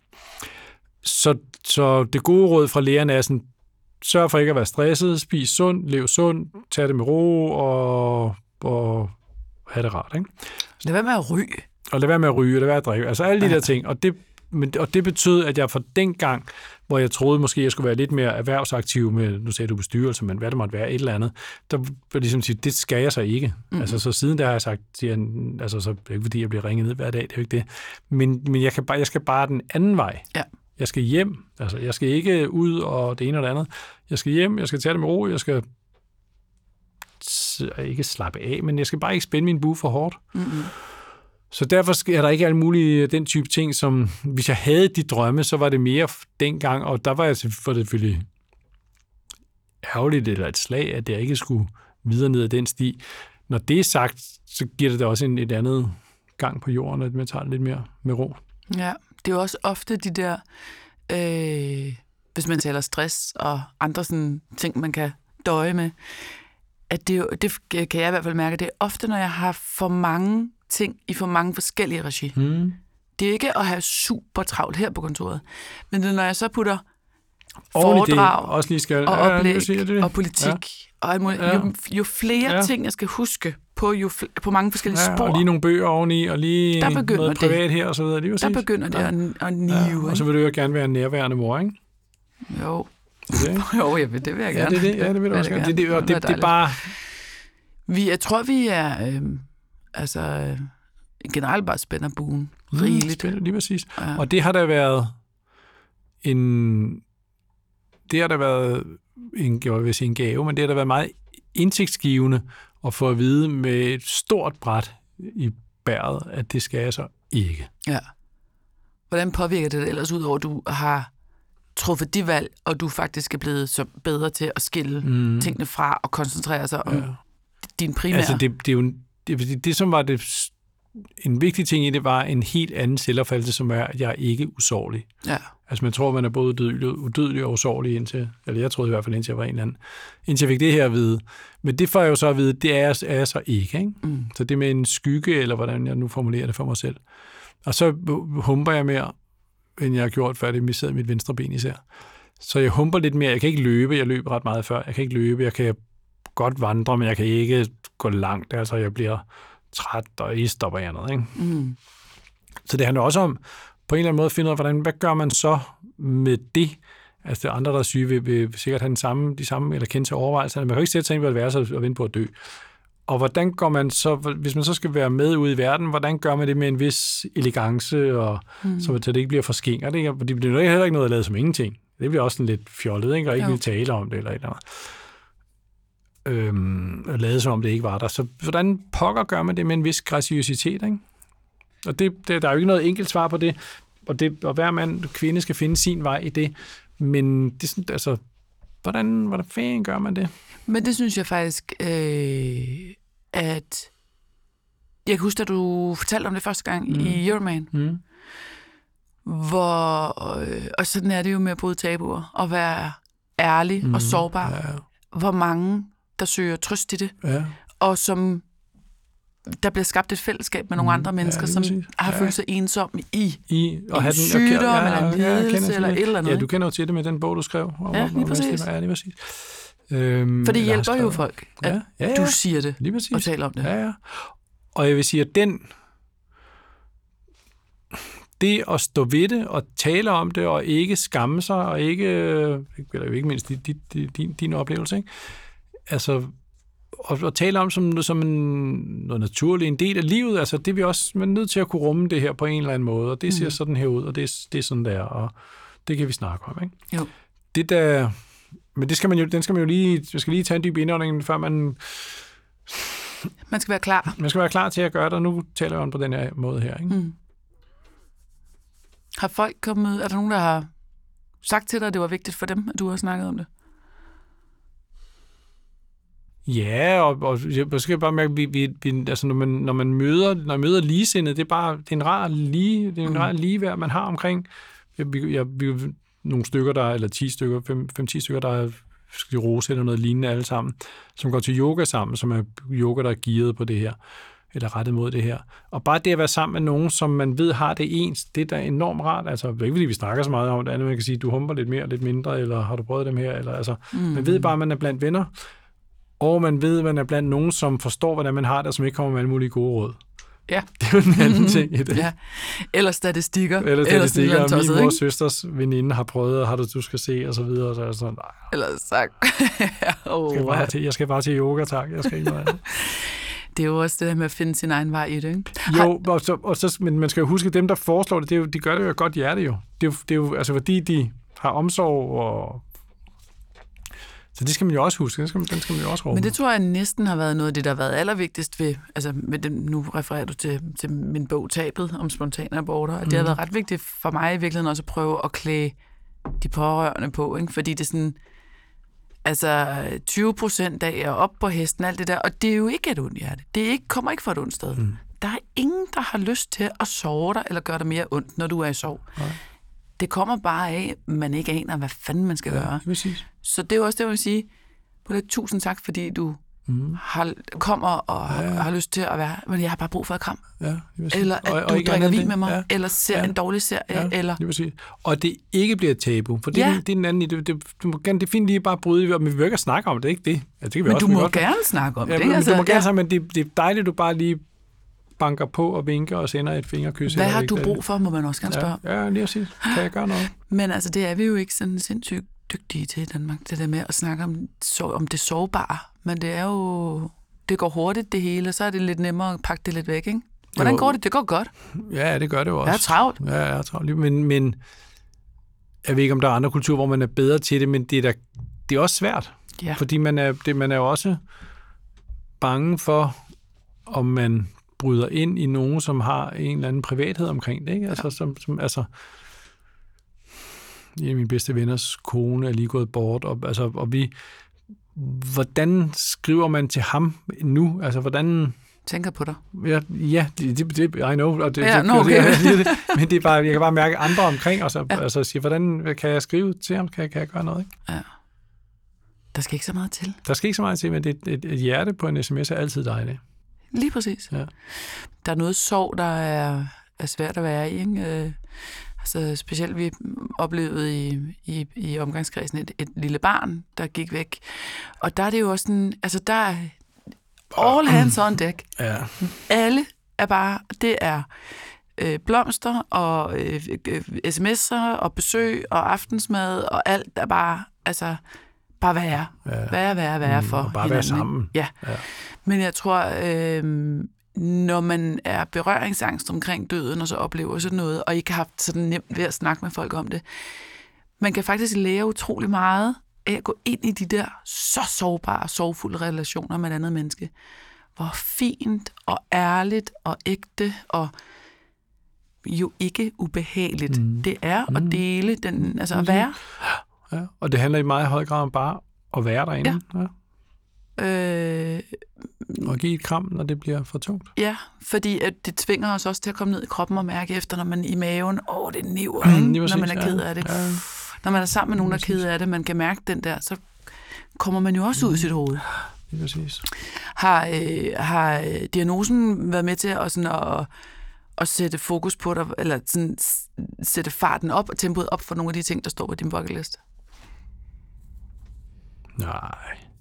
S2: Så, så det gode råd fra lægerne er sådan, sørg for ikke at være stresset, spis sundt, lev sundt, tag det med ro, og, og have det rart, ikke?
S1: Lad være med at ryge.
S2: Og lad være med at ryge, og lad være med at drikke. Altså alle de ja. der ting. Og det, men, og det betød, at jeg for den gang, hvor jeg troede måske, jeg skulle være lidt mere erhvervsaktiv med, nu sagde du bestyrelse, men hvad det måtte være, et eller andet, der var ligesom sige, det skal jeg så ikke. Mm-hmm. Altså så siden der har jeg sagt, siger, altså så er det ikke fordi, jeg bliver ringet ned hver dag, det er jo ikke det. Men, men jeg, kan bare, jeg skal bare den anden vej.
S1: Ja.
S2: Jeg skal hjem. Altså jeg skal ikke ud og det ene og det andet. Jeg skal hjem, jeg skal tage det med ro, jeg skal ikke slappe af, men jeg skal bare ikke spænde min bue for hårdt. Mm-hmm. Så derfor er der ikke alle mulige den type ting, som hvis jeg havde de drømme, så var det mere dengang, og der var jeg selvfølgelig ærgerligt eller et slag, at jeg ikke skulle videre ned ad den sti. Når det er sagt, så giver det da også en, et andet gang på jorden, at man tager det lidt mere med ro. Ja,
S1: det er jo også ofte de der, øh, hvis man taler stress og andre sådan ting, man kan døje med, at det, jo, det kan jeg i hvert fald mærke, det er ofte, når jeg har for mange ting i for mange forskellige regi. Mm. Det er ikke at have super travlt her på kontoret, men det er, når jeg så putter foredrag
S2: også lige skal,
S1: og
S2: ja,
S1: oplæg
S2: det det.
S1: og politik, ja. og alt muligt, jo, jo flere ja. ting, jeg skal huske på, jo fl- på mange forskellige ja, spor.
S2: Og lige nogle bøger oveni, og lige
S1: noget
S2: privat
S1: det.
S2: her, og så videre. Det
S1: der
S2: sige.
S1: begynder det
S2: ja.
S1: at, at nive. Ja.
S2: Og så vil du jo gerne være en nærværende mor, ikke?
S1: Jo. Okay. jo, jeg vil, det vil jeg gerne.
S2: Ja, det, det, ja, det vil du også gerne. Det, det, det, det, det er bare...
S1: Vi, jeg tror, vi er... Øh, altså... Øh, generelt bare spænder buen rigeligt.
S2: Spænder, lige præcis. Ja. Og det har der været en det har der været en, jeg vil sige en gave, men det har der været meget indsigtsgivende at få at vide med et stort bræt i bæret, at det skal jeg så ikke.
S1: Ja. Hvordan påvirker det ellers ud over, at du har truffet de valg, og du faktisk er blevet så bedre til at skille mm. tingene fra og koncentrere sig om ja. din primære?
S2: Altså det, det er jo det, det, det, som var det en vigtig ting i det, var en helt anden selvopfattelse, som er, at jeg er ikke usårlig. Ja. Altså man tror, man er både udødelig, udødelig og usårlig indtil, eller jeg troede i hvert fald, indtil jeg var en eller anden, indtil jeg fik det her at vide. Men det får jeg jo så at vide, det er jeg, er jeg så ikke. ikke? Mm. Så det med en skygge, eller hvordan jeg nu formulerer det for mig selv. Og så humper jeg mere, end jeg har gjort, før det mistede mit venstre ben især. Så jeg humper lidt mere. Jeg kan ikke løbe. Jeg løber ret meget før. Jeg kan ikke løbe. Jeg kan godt vandre, men jeg kan ikke gå langt. Altså, jeg bliver træt, og I stopper jeg noget. Ikke? Mm. Så det handler også om, på en eller anden måde, at finde ud af, hvordan, hvad gør man så med det? Altså, det andre, der er syge, vil, vil sikkert have den samme, de samme, eller kende til overvejelser. Man kan jo ikke sætte sig ind på at være så og vente på at dø. Og hvordan går man så, hvis man så skal være med ude i verden, hvordan gør man det med en vis elegance, og mm. så det ikke bliver for skingert, ikke? Fordi det bliver heller ikke noget at lade som ingenting. Det bliver også sådan lidt fjollet, ikke? Og ikke vil tale om det, eller et eller andet. Øhm, og lade som om det ikke var der. Så hvordan pokker gør man det med en vis graciøsitet, ikke? Og det, det, der er jo ikke noget enkelt svar på det, og, det, og hver mand og kvinde skal finde sin vej i det. Men det er sådan, altså, hvordan, hvordan fanden gør man det?
S1: Men det synes jeg faktisk, øh, at jeg kan huske, at du fortalte om det første gang mm. i Euroman, mm. hvor, øh, og sådan er det jo med at bryde tabuer, og være ærlig mm. og sårbar. Ja. Hvor mange, der søger trøst i det, ja. Og som der bliver skabt et fællesskab med nogle mm. andre mennesker, ja, som præcis. Har følt sig ensomme i,
S2: I
S1: og en sygdom, ja, eller en lidelse, eller et eller andet.
S2: Ja, du kender jo til det med den bog, du skrev. Om,
S1: ja, lige præcis.
S2: Ja, lige præcis. Øhm,
S1: For det hjælper jo folk, at ja, ja, ja. du siger det og taler om det.
S2: Ja, ja. Og jeg vil sige, at den det at stå ved det og tale om det og ikke skamme sig og ikke, eller jo ikke mindst din, din, din oplevelse, ikke? Altså og, og tale om som, som en, noget naturligt, en del af livet, altså det er vi også man er nødt til at kunne rumme det her på en eller anden måde, og det ser mm. sådan her ud, og det, det er sådan der, og det kan vi snakke om, ikke?
S1: Jo.
S2: Det der, men det skal man jo, den skal man jo lige, man skal lige tage en dyb indånding, før man
S1: man skal være klar.
S2: Man skal være klar til at gøre det, og nu taler jeg om på den her måde her, ikke? Mm.
S1: Har folk kommet, er der nogen, der har sagt til dig, at det var vigtigt for dem, at du har snakket om det?
S2: Ja, og, og jeg skal bare mærke, vi, vi, vi, altså når man, når man møder, når man møder ligesindede, det er bare det er en rar lige, det er en mm. rar ligeværd, man har omkring. Vi, jeg, vi, nogle stykker der, eller ti stykker, fem, fem ti stykker, der er sklerose eller noget lignende alle sammen, som går til yoga sammen, som er yoga, der er gearet på det her, eller rettet mod det her. Og bare det at være sammen med nogen, som man ved har det ens, det er da enormt rart. Altså, det er ikke fordi, vi snakker så meget om det andet, man kan sige, du humper lidt mere, lidt mindre, eller har du prøvet dem her, eller altså, mm. man ved bare, at man er blandt venner, og man ved, at man er blandt nogen, som forstår, hvordan man har det, og som ikke kommer med alle mulige gode råd.
S1: Ja.
S2: Det er jo en anden ting i det.
S1: Ja. Eller statistikker.
S2: Eller statistikker, eller og min mors søsters veninde har prøvet, har du, du skal se, og så videre, og så er jeg sådan, nej.
S1: Eller sagt.
S2: oh, jeg, skal bare til, jeg skal bare til yoga, tak. Jeg skal ikke noget andet.
S1: Det er jo også det der med at finde sin egen vej i det, ikke?
S2: Jo, og så, og så, men man skal jo huske, at dem, der foreslår det, det er jo, de gør det jo af godt hjerte jo. Det er jo, det er jo altså, fordi de har omsorg og så det skal man jo også huske, den skal man, den skal man jo også rumme.
S1: Men det tror jeg næsten har været noget af det, der har været allervigtigst ved, altså med den, nu refererer du til, til min bog Tabet om spontane aborter, og det mm. har været ret vigtigt for mig i virkeligheden også at prøve at klæde de pårørende på, ikke? Fordi det er sådan, altså tyve procent af er op på hesten, alt det der, og det er jo ikke et ondt hjerte. Det er ikke, kommer ikke fra et ondt sted. Mm. Der er ingen, der har lyst til at sove dig, eller gøre dig mere ondt, når du er i sorg. Nej. Det kommer bare af, at man ikke aner, hvad fanden man skal ja, gøre.
S2: Præcis.
S1: Så det er også det, jeg vil sige. Tusind tak, fordi du mm. har, kommer og ja, ja. har lyst til at være, men jeg har bare brug for et kram.
S2: Ja,
S1: eller at og, du og drikker vin med mig, ja. eller ser ja. en dårlig serie.
S2: Ja,
S1: eller
S2: og det ikke bliver et tabu, for det, ja. det er en anden, det, det, du må gerne, det er fint lige bare bryde, men vi vil ikke snakke om det, ikke det? Ja, det kan vi
S1: men
S2: også,
S1: du må
S2: godt.
S1: gerne snakke om
S2: ja,
S1: det.
S2: Men,
S1: altså,
S2: du må gerne
S1: ja.
S2: snakke, men det, det er dejligt, du bare lige banker på og vinker og sender et fingerkys.
S1: Hvad har du brug for, må man også gerne spørge.
S2: Ja, ja lige at sige. Kan jeg gøre noget?
S1: Men altså, det er vi jo ikke sådan sindssygt dygtige til i Danmark, det der med at snakke om, om det sårbare. Men det er jo, det går hurtigt det hele, og så er det lidt nemmere at pakke det lidt væk, ikke? Hvordan går det? Det går godt.
S2: Ja, det gør det jo også.
S1: Jeg er travlt.
S2: Ja, jeg er travlt. Men, men jeg ved ikke, om der er andre kulturer, hvor man er bedre til det, men det er, der, det er også svært. Ja. Fordi man er, det, man er jo også bange for, om man bryder ind i nogen, som har en eller anden privathed omkring det, ikke? Altså, ja. som, som, altså en af mine bedste venners kone er lige gået bort, og, altså, og vi, hvordan skriver man til ham nu? Altså, hvordan
S1: tænker på dig.
S2: Ja, ja det, det, det I know. Og det,
S1: ja,
S2: det,
S1: no, okay.
S2: det, det, men det er bare, jeg kan bare mærke andre omkring, og så ja. altså, sige, hvordan kan jeg skrive til ham? Kan, kan jeg gøre noget? Ikke?
S1: Ja. Der skal ikke så meget til.
S2: Der skal ikke så meget til, men det, et, et hjerte på en sms er altid dejligt.
S1: Lige præcis.
S2: Ja.
S1: Der er noget sorg, der er, er svært at være i. Ikke? Altså specielt vi oplevede i, i, i omgangskredsen et, et lille barn, der gik væk. Og der er det jo også sådan, altså der er all hands on deck.
S2: Ja.
S1: Alle er bare, det er øh, blomster og øh, øh, sms'er og besøg og aftensmad og alt, der bare, altså bare være. Ja. Være, være, være for
S2: og bare
S1: hinanden.
S2: være sammen.
S1: Ja. Ja. Men jeg tror, øh, når man er berøringsangst omkring døden, og så oplever sådan noget, og ikke har haft sådan nemt ved at snakke med folk om det, man kan faktisk lære utrolig meget af at gå ind i de der så sårbare, sorgfulde relationer med et andet menneske. Hvor fint og ærligt og ægte og jo ikke ubehageligt mm. det er at dele den, altså at være.
S2: Ja, og det handler i meget høj grad om bare at være derinde. Ja. Ja. Øh, og give et kram, når det bliver for tungt.
S1: Ja, fordi at det tvinger os også til at komme ned i kroppen og mærke efter, når man i maven, åh, oh, det niver, mm, når man er ked af det. Ja. Når man er sammen med nogen, der er ked af det, man kan mærke den der, så kommer man jo også ud i sit hoved.
S2: Det er præcis.
S1: Har, øh, har diagnosen været med til at, sådan, at, at sætte fokus på dig, eller sådan, sætte farten op og tempoet op for nogle af de ting, der står på din bucket list?
S2: Nej.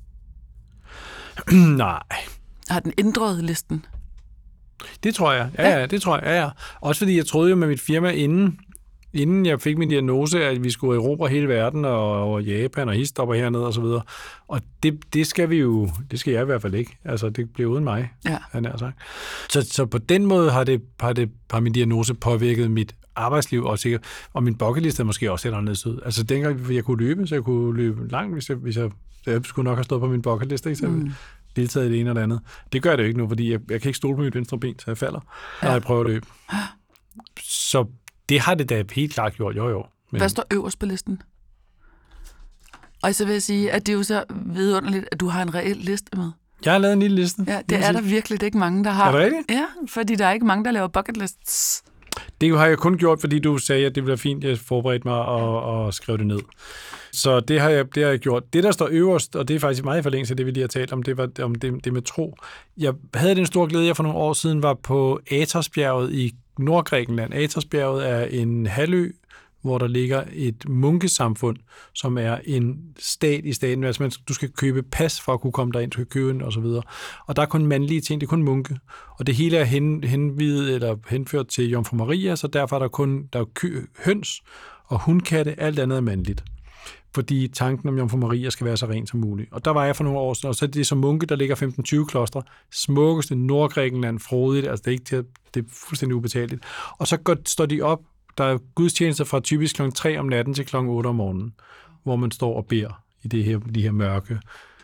S2: Nej.
S1: Har den ændret listen?
S2: Det tror jeg. Ja, ja, det tror jeg. Ja, ja. Også fordi jeg troede jo med mit firma inden, inden jeg fik min diagnose, at vi skulle erobre hele verden og, og Japan og histopper hernede og så videre. Og det, det skal vi jo, det skal jeg i hvert fald ikke. Altså, det bliver uden mig, ja. Han har sagt. Så, så på den måde har, det, har, det, har min diagnose påvirket mit arbejdsliv, og, sikkert, og min bucketliste er måske også et anderledes ud. Altså, dengang jeg kunne løbe, så jeg kunne løbe langt, hvis jeg, hvis jeg, jeg skulle nok have stået på min bucketliste, ikke? Så mm. deltaget i det ene og det andet. Det gør det jo ikke nu, fordi jeg, jeg kan ikke stole på mit venstre ben, så jeg falder, ja. Når jeg prøver at løbe. Så det har det da helt klart gjort, jo jo. Men...
S1: Hvad står øverst på listen? Og så vil jeg sige, at det er jo så vidunderligt, at du har en reel liste med.
S2: Jeg har lavet en lille liste.
S1: Ja, det er der virkelig ikke mange, der har.
S2: Er det rigtigt?
S1: Ja, fordi der er ikke mange, der laver bucket lists.
S2: Det har jeg kun gjort, fordi du sagde, at det ville være fint, at jeg forberedte mig og, og skrev det ned. Så det har, jeg, det har jeg gjort. Det, der står øverst, og det er faktisk meget i forlængelse af det, vi lige har talt om, det var om det, det med tro. Jeg havde den store glæde, jeg for nogle år siden var på Athosbjerget i Nordgrækenland. Athosbjerget er en halvø, hvor der ligger et munkesamfund, som er en stat i staten. Altså, du skal købe pas for at kunne komme derind, du skal købe ind og så videre. Og der er kun mandlige ting, det er kun munke. Og det hele er hen, henvidet eller henført til Jomfru Maria, så derfor er der kun der er kø, høns og hundkatte, alt andet er mandligt. Fordi tanken om Jomfru Maria skal være så ren som muligt. Og der var jeg for nogle år siden, og så er det som munke, der ligger femten tyve klostre, smukkeste Nordgrækenland, frodigt, altså det er, ikke til, det er fuldstændig ubetaleligt. Og så går, står de op, der er gudstjenester fra typisk klokken tre om natten til klokken otte om morgenen, hvor man står og beder i det her, de her mørke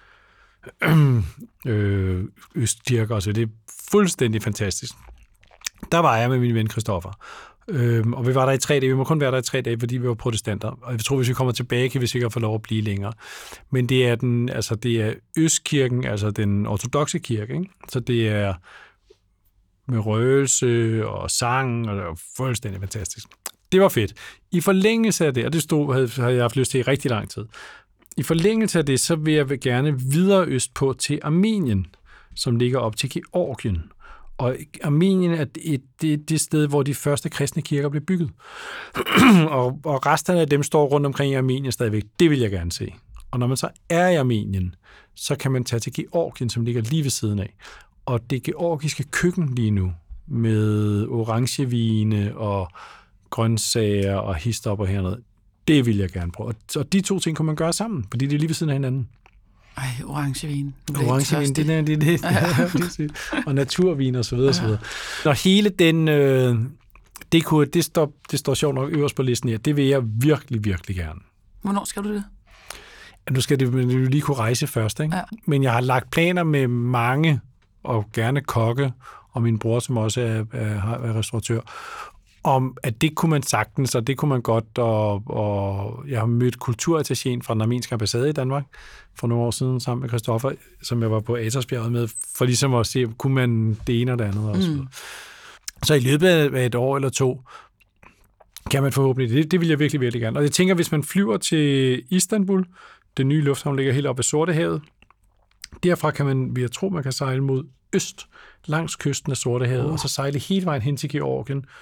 S2: øh, østkirker. Så det er fuldstændig fantastisk. Der var jeg med min ven Christoffer. Øhm, og vi var der i tre dage. Vi må kun være der i tre dage, fordi vi var protestanter. Og jeg tror, hvis vi kommer tilbage, kan vi sikkert få lov at blive længere. Men det er den, altså det er Østkirken, altså den ortodokse kirke, ikke? Så det er med røgelse og sang, og det var fuldstændig fantastisk. Det var fedt. I forlængelse af det, og det stod, havde, havde jeg haft lyst til i rigtig lang tid. I forlængelse af det, så vil jeg gerne videre øst på til Armenien, som ligger op til Georgien. Og Armenien er det, det, det sted, hvor de første kristne kirker blev bygget. og, og resterne af dem står rundt omkring i Armenien stadigvæk. Det vil jeg gerne se. Og når man så er i Armenien, så kan man tage til Georgien, som ligger lige ved siden af. Og det georgiske køkken lige nu, med orangevine og grøntsager og histopper hernede, det vil jeg gerne prøve. Og de to ting kan man gøre sammen, fordi det er lige ved siden af hinanden.
S1: Ej, orangevin.
S2: Orangevin, det er det, det, det, og naturvin og så videre, og så videre. Når hele den, øh, det, kunne, det, står, det står sjovt nok øverst på listen her, det vil jeg virkelig, virkelig gerne.
S1: Hvornår skal du det?
S2: Nu skal det du lige kunne rejse først, ikke? Ja. Men jeg har lagt planer med mange, og gerne kokke, og min bror, som også er, er, er restauratør, om at det kunne man sagtens, og det kunne man godt, og, og jeg har mødt kulturattachéen fra den armenske ambassade i Danmark for nogle år siden, sammen med Christoffer, som jeg var på Athosbjerget med, for ligesom at se, kunne man det ene og det andet også. Mm. Så i løbet af et år eller to, kan man forhåbentlig, det, det vil jeg virkelig, virkelig gerne. Og jeg tænker, hvis man flyver til Istanbul, den nye lufthavn ligger helt oppe ved Sortehavet, derfra kan man, jeg tror, man kan sejle mod øst, langs kysten af Sortehavet, oh. og så sejle hele vejen hen til Georgien,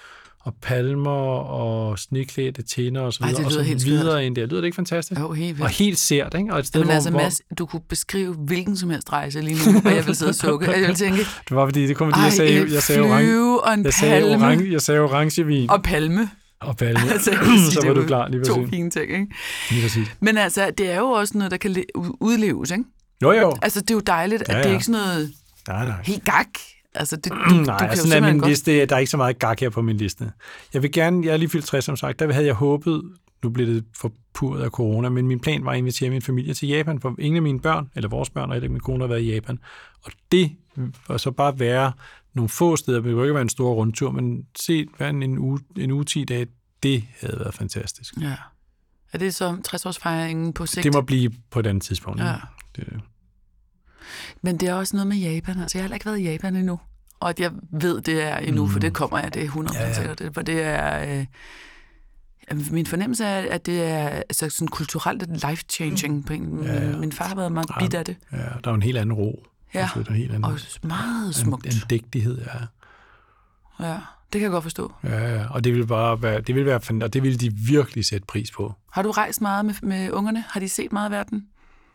S2: og palmer og sneklædte tinder og så videre.
S1: Ej, det lyder
S2: og så
S1: helt
S2: videre
S1: skørt.
S2: ind der. Lyder det ikke fantastisk?
S1: Jo, helt vildt.
S2: Og helt sært, ikke? Og et sted,
S1: Jamen,
S2: hvor,
S1: altså,
S2: hvor...
S1: Mads, du kunne beskrive hvilken som helst rejse lige nu, og jeg vil sidde og sukke. Jeg vil tænke,
S2: det var fordi, det kom, fordi
S1: ej,
S2: jeg sagde, jeg sagde
S1: flyve og en
S2: jeg sagde
S1: palme.
S2: orange, jeg sagde orangevin.
S1: Og palme.
S2: Og palme.
S1: Altså,
S2: så var du klar, lige
S1: to
S2: præcis.
S1: fine ting, ikke?
S2: Lige præcis.
S1: Men altså, det er jo også noget, der kan le- udleves, ikke?
S2: Jo, jo.
S1: Altså, det er jo dejligt, at
S2: Ja, ja.
S1: det er ikke sådan noget
S2: Nej, nej.
S1: helt gak. Altså, det, du,
S2: Nej,
S1: du
S2: altså,
S1: kan jo
S2: sådan er
S1: simpelthen
S2: min
S1: godt...
S2: liste. Der er ikke så meget gak her på min liste. Jeg vil gerne, jeg er lige fyldt tres, som sagt, der havde jeg håbet, nu blev det forpurret af corona, men min plan var at invitere min familie til Japan, for ingen af mine børn, eller vores børn, og heller ikke min kone har været i Japan. Og det var så bare være nogle få steder, det ville ikke være en stor rundtur, men se hver en uge, en uge, ti dage, det havde været fantastisk.
S1: Ja. Er det så tres-årsfejringen på sigt?
S2: Det må blive på et andet tidspunkt.
S1: Ja.
S2: Det,
S1: Men det er også noget med Japan. Altså, jeg har heller ikke været i Japan endnu. Og at jeg ved, det er endnu, mm. for det kommer jeg, det er hundrede procent sikkert. Ja, ja. For det er... Øh, min fornemmelse er, at det er altså, sådan kulturelt life-changing. På en,
S2: ja, ja.
S1: Min far har været meget ja, bit af det.
S2: Ja, der er jo en helt anden ro.
S1: Ja,
S2: altså, der er en helt anden,
S1: og meget smukt.
S2: En, en dægtighed, ja.
S1: Ja, det kan jeg godt forstå.
S2: Ja, ja. Og det vil bare være, det vil være, og det vil de virkelig sætte pris på.
S1: Har du rejst meget med, med ungerne? Har de set meget af verden?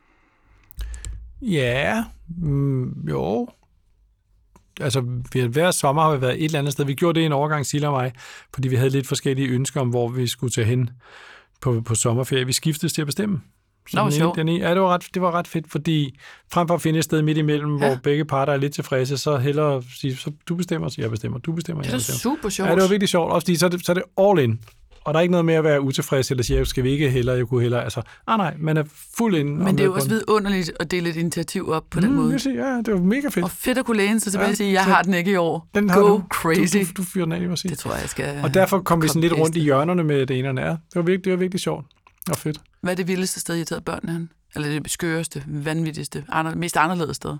S2: Ja, mm, jo. Altså, hver sommer har vi været et eller andet sted. Vi gjorde det en overgang, Silla og mig, fordi vi havde lidt forskellige ønsker om, hvor vi skulle tage hen på, på sommerferie. Vi skiftedes til at bestemme.
S1: Nå,
S2: den
S1: sjovt.
S2: ene, den ene, ja, det var, ret, det var ret fedt, fordi frem for at finde et sted midt imellem, ja. hvor begge parter er lidt tilfredse, så hellere sige, så du bestemmer, så jeg bestemmer, du bestemmer, jeg bestemmer.
S1: Det er super sjovt.
S2: Ja, det var virkelig sjovt, også fordi så er det, så er det all in. Og der er ikke noget med at være utilfreds, eller sige, skal vi ikke hellere, jeg kunne hellere. Altså, ah, nej, man er fuld ind.
S1: Men det er jo også vidunderligt at dele et initiativ op på
S2: mm,
S1: den måde.
S2: Jeg siger, ja, det var mega fedt.
S1: Og fedt at kunne læne sig tilbage
S2: ja,
S1: og sige, jeg har den ikke i år.
S2: Den
S1: Go
S2: du.
S1: crazy.
S2: Du, du, du fyrer den af, lige
S1: det tror jeg, jeg skal...
S2: Og derfor kom vi sådan lidt rundt i hjørnerne med det ene og det andet. Det var virkelig, det var virkelig sjovt og fedt.
S1: Hvad er det vildeste sted, I har taget børnene hen? Eller det skøreste, vanvittigste, andre, mest anderledes sted?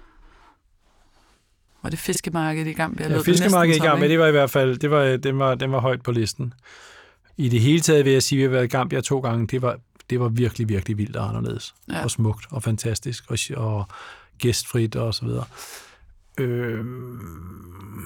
S1: Var det fiskemarkedet i Gambia?
S2: Ja, fiskemarkedet i Gambia, det var i hvert fald, det var, den, var, den var højt på listen. I det hele taget vil jeg sige, at vi har været i Gambia to gange. Det var, det var virkelig, virkelig vildt og anderledes. Ja. Og smukt og fantastisk og, og gæstfrit og så videre. Øhm...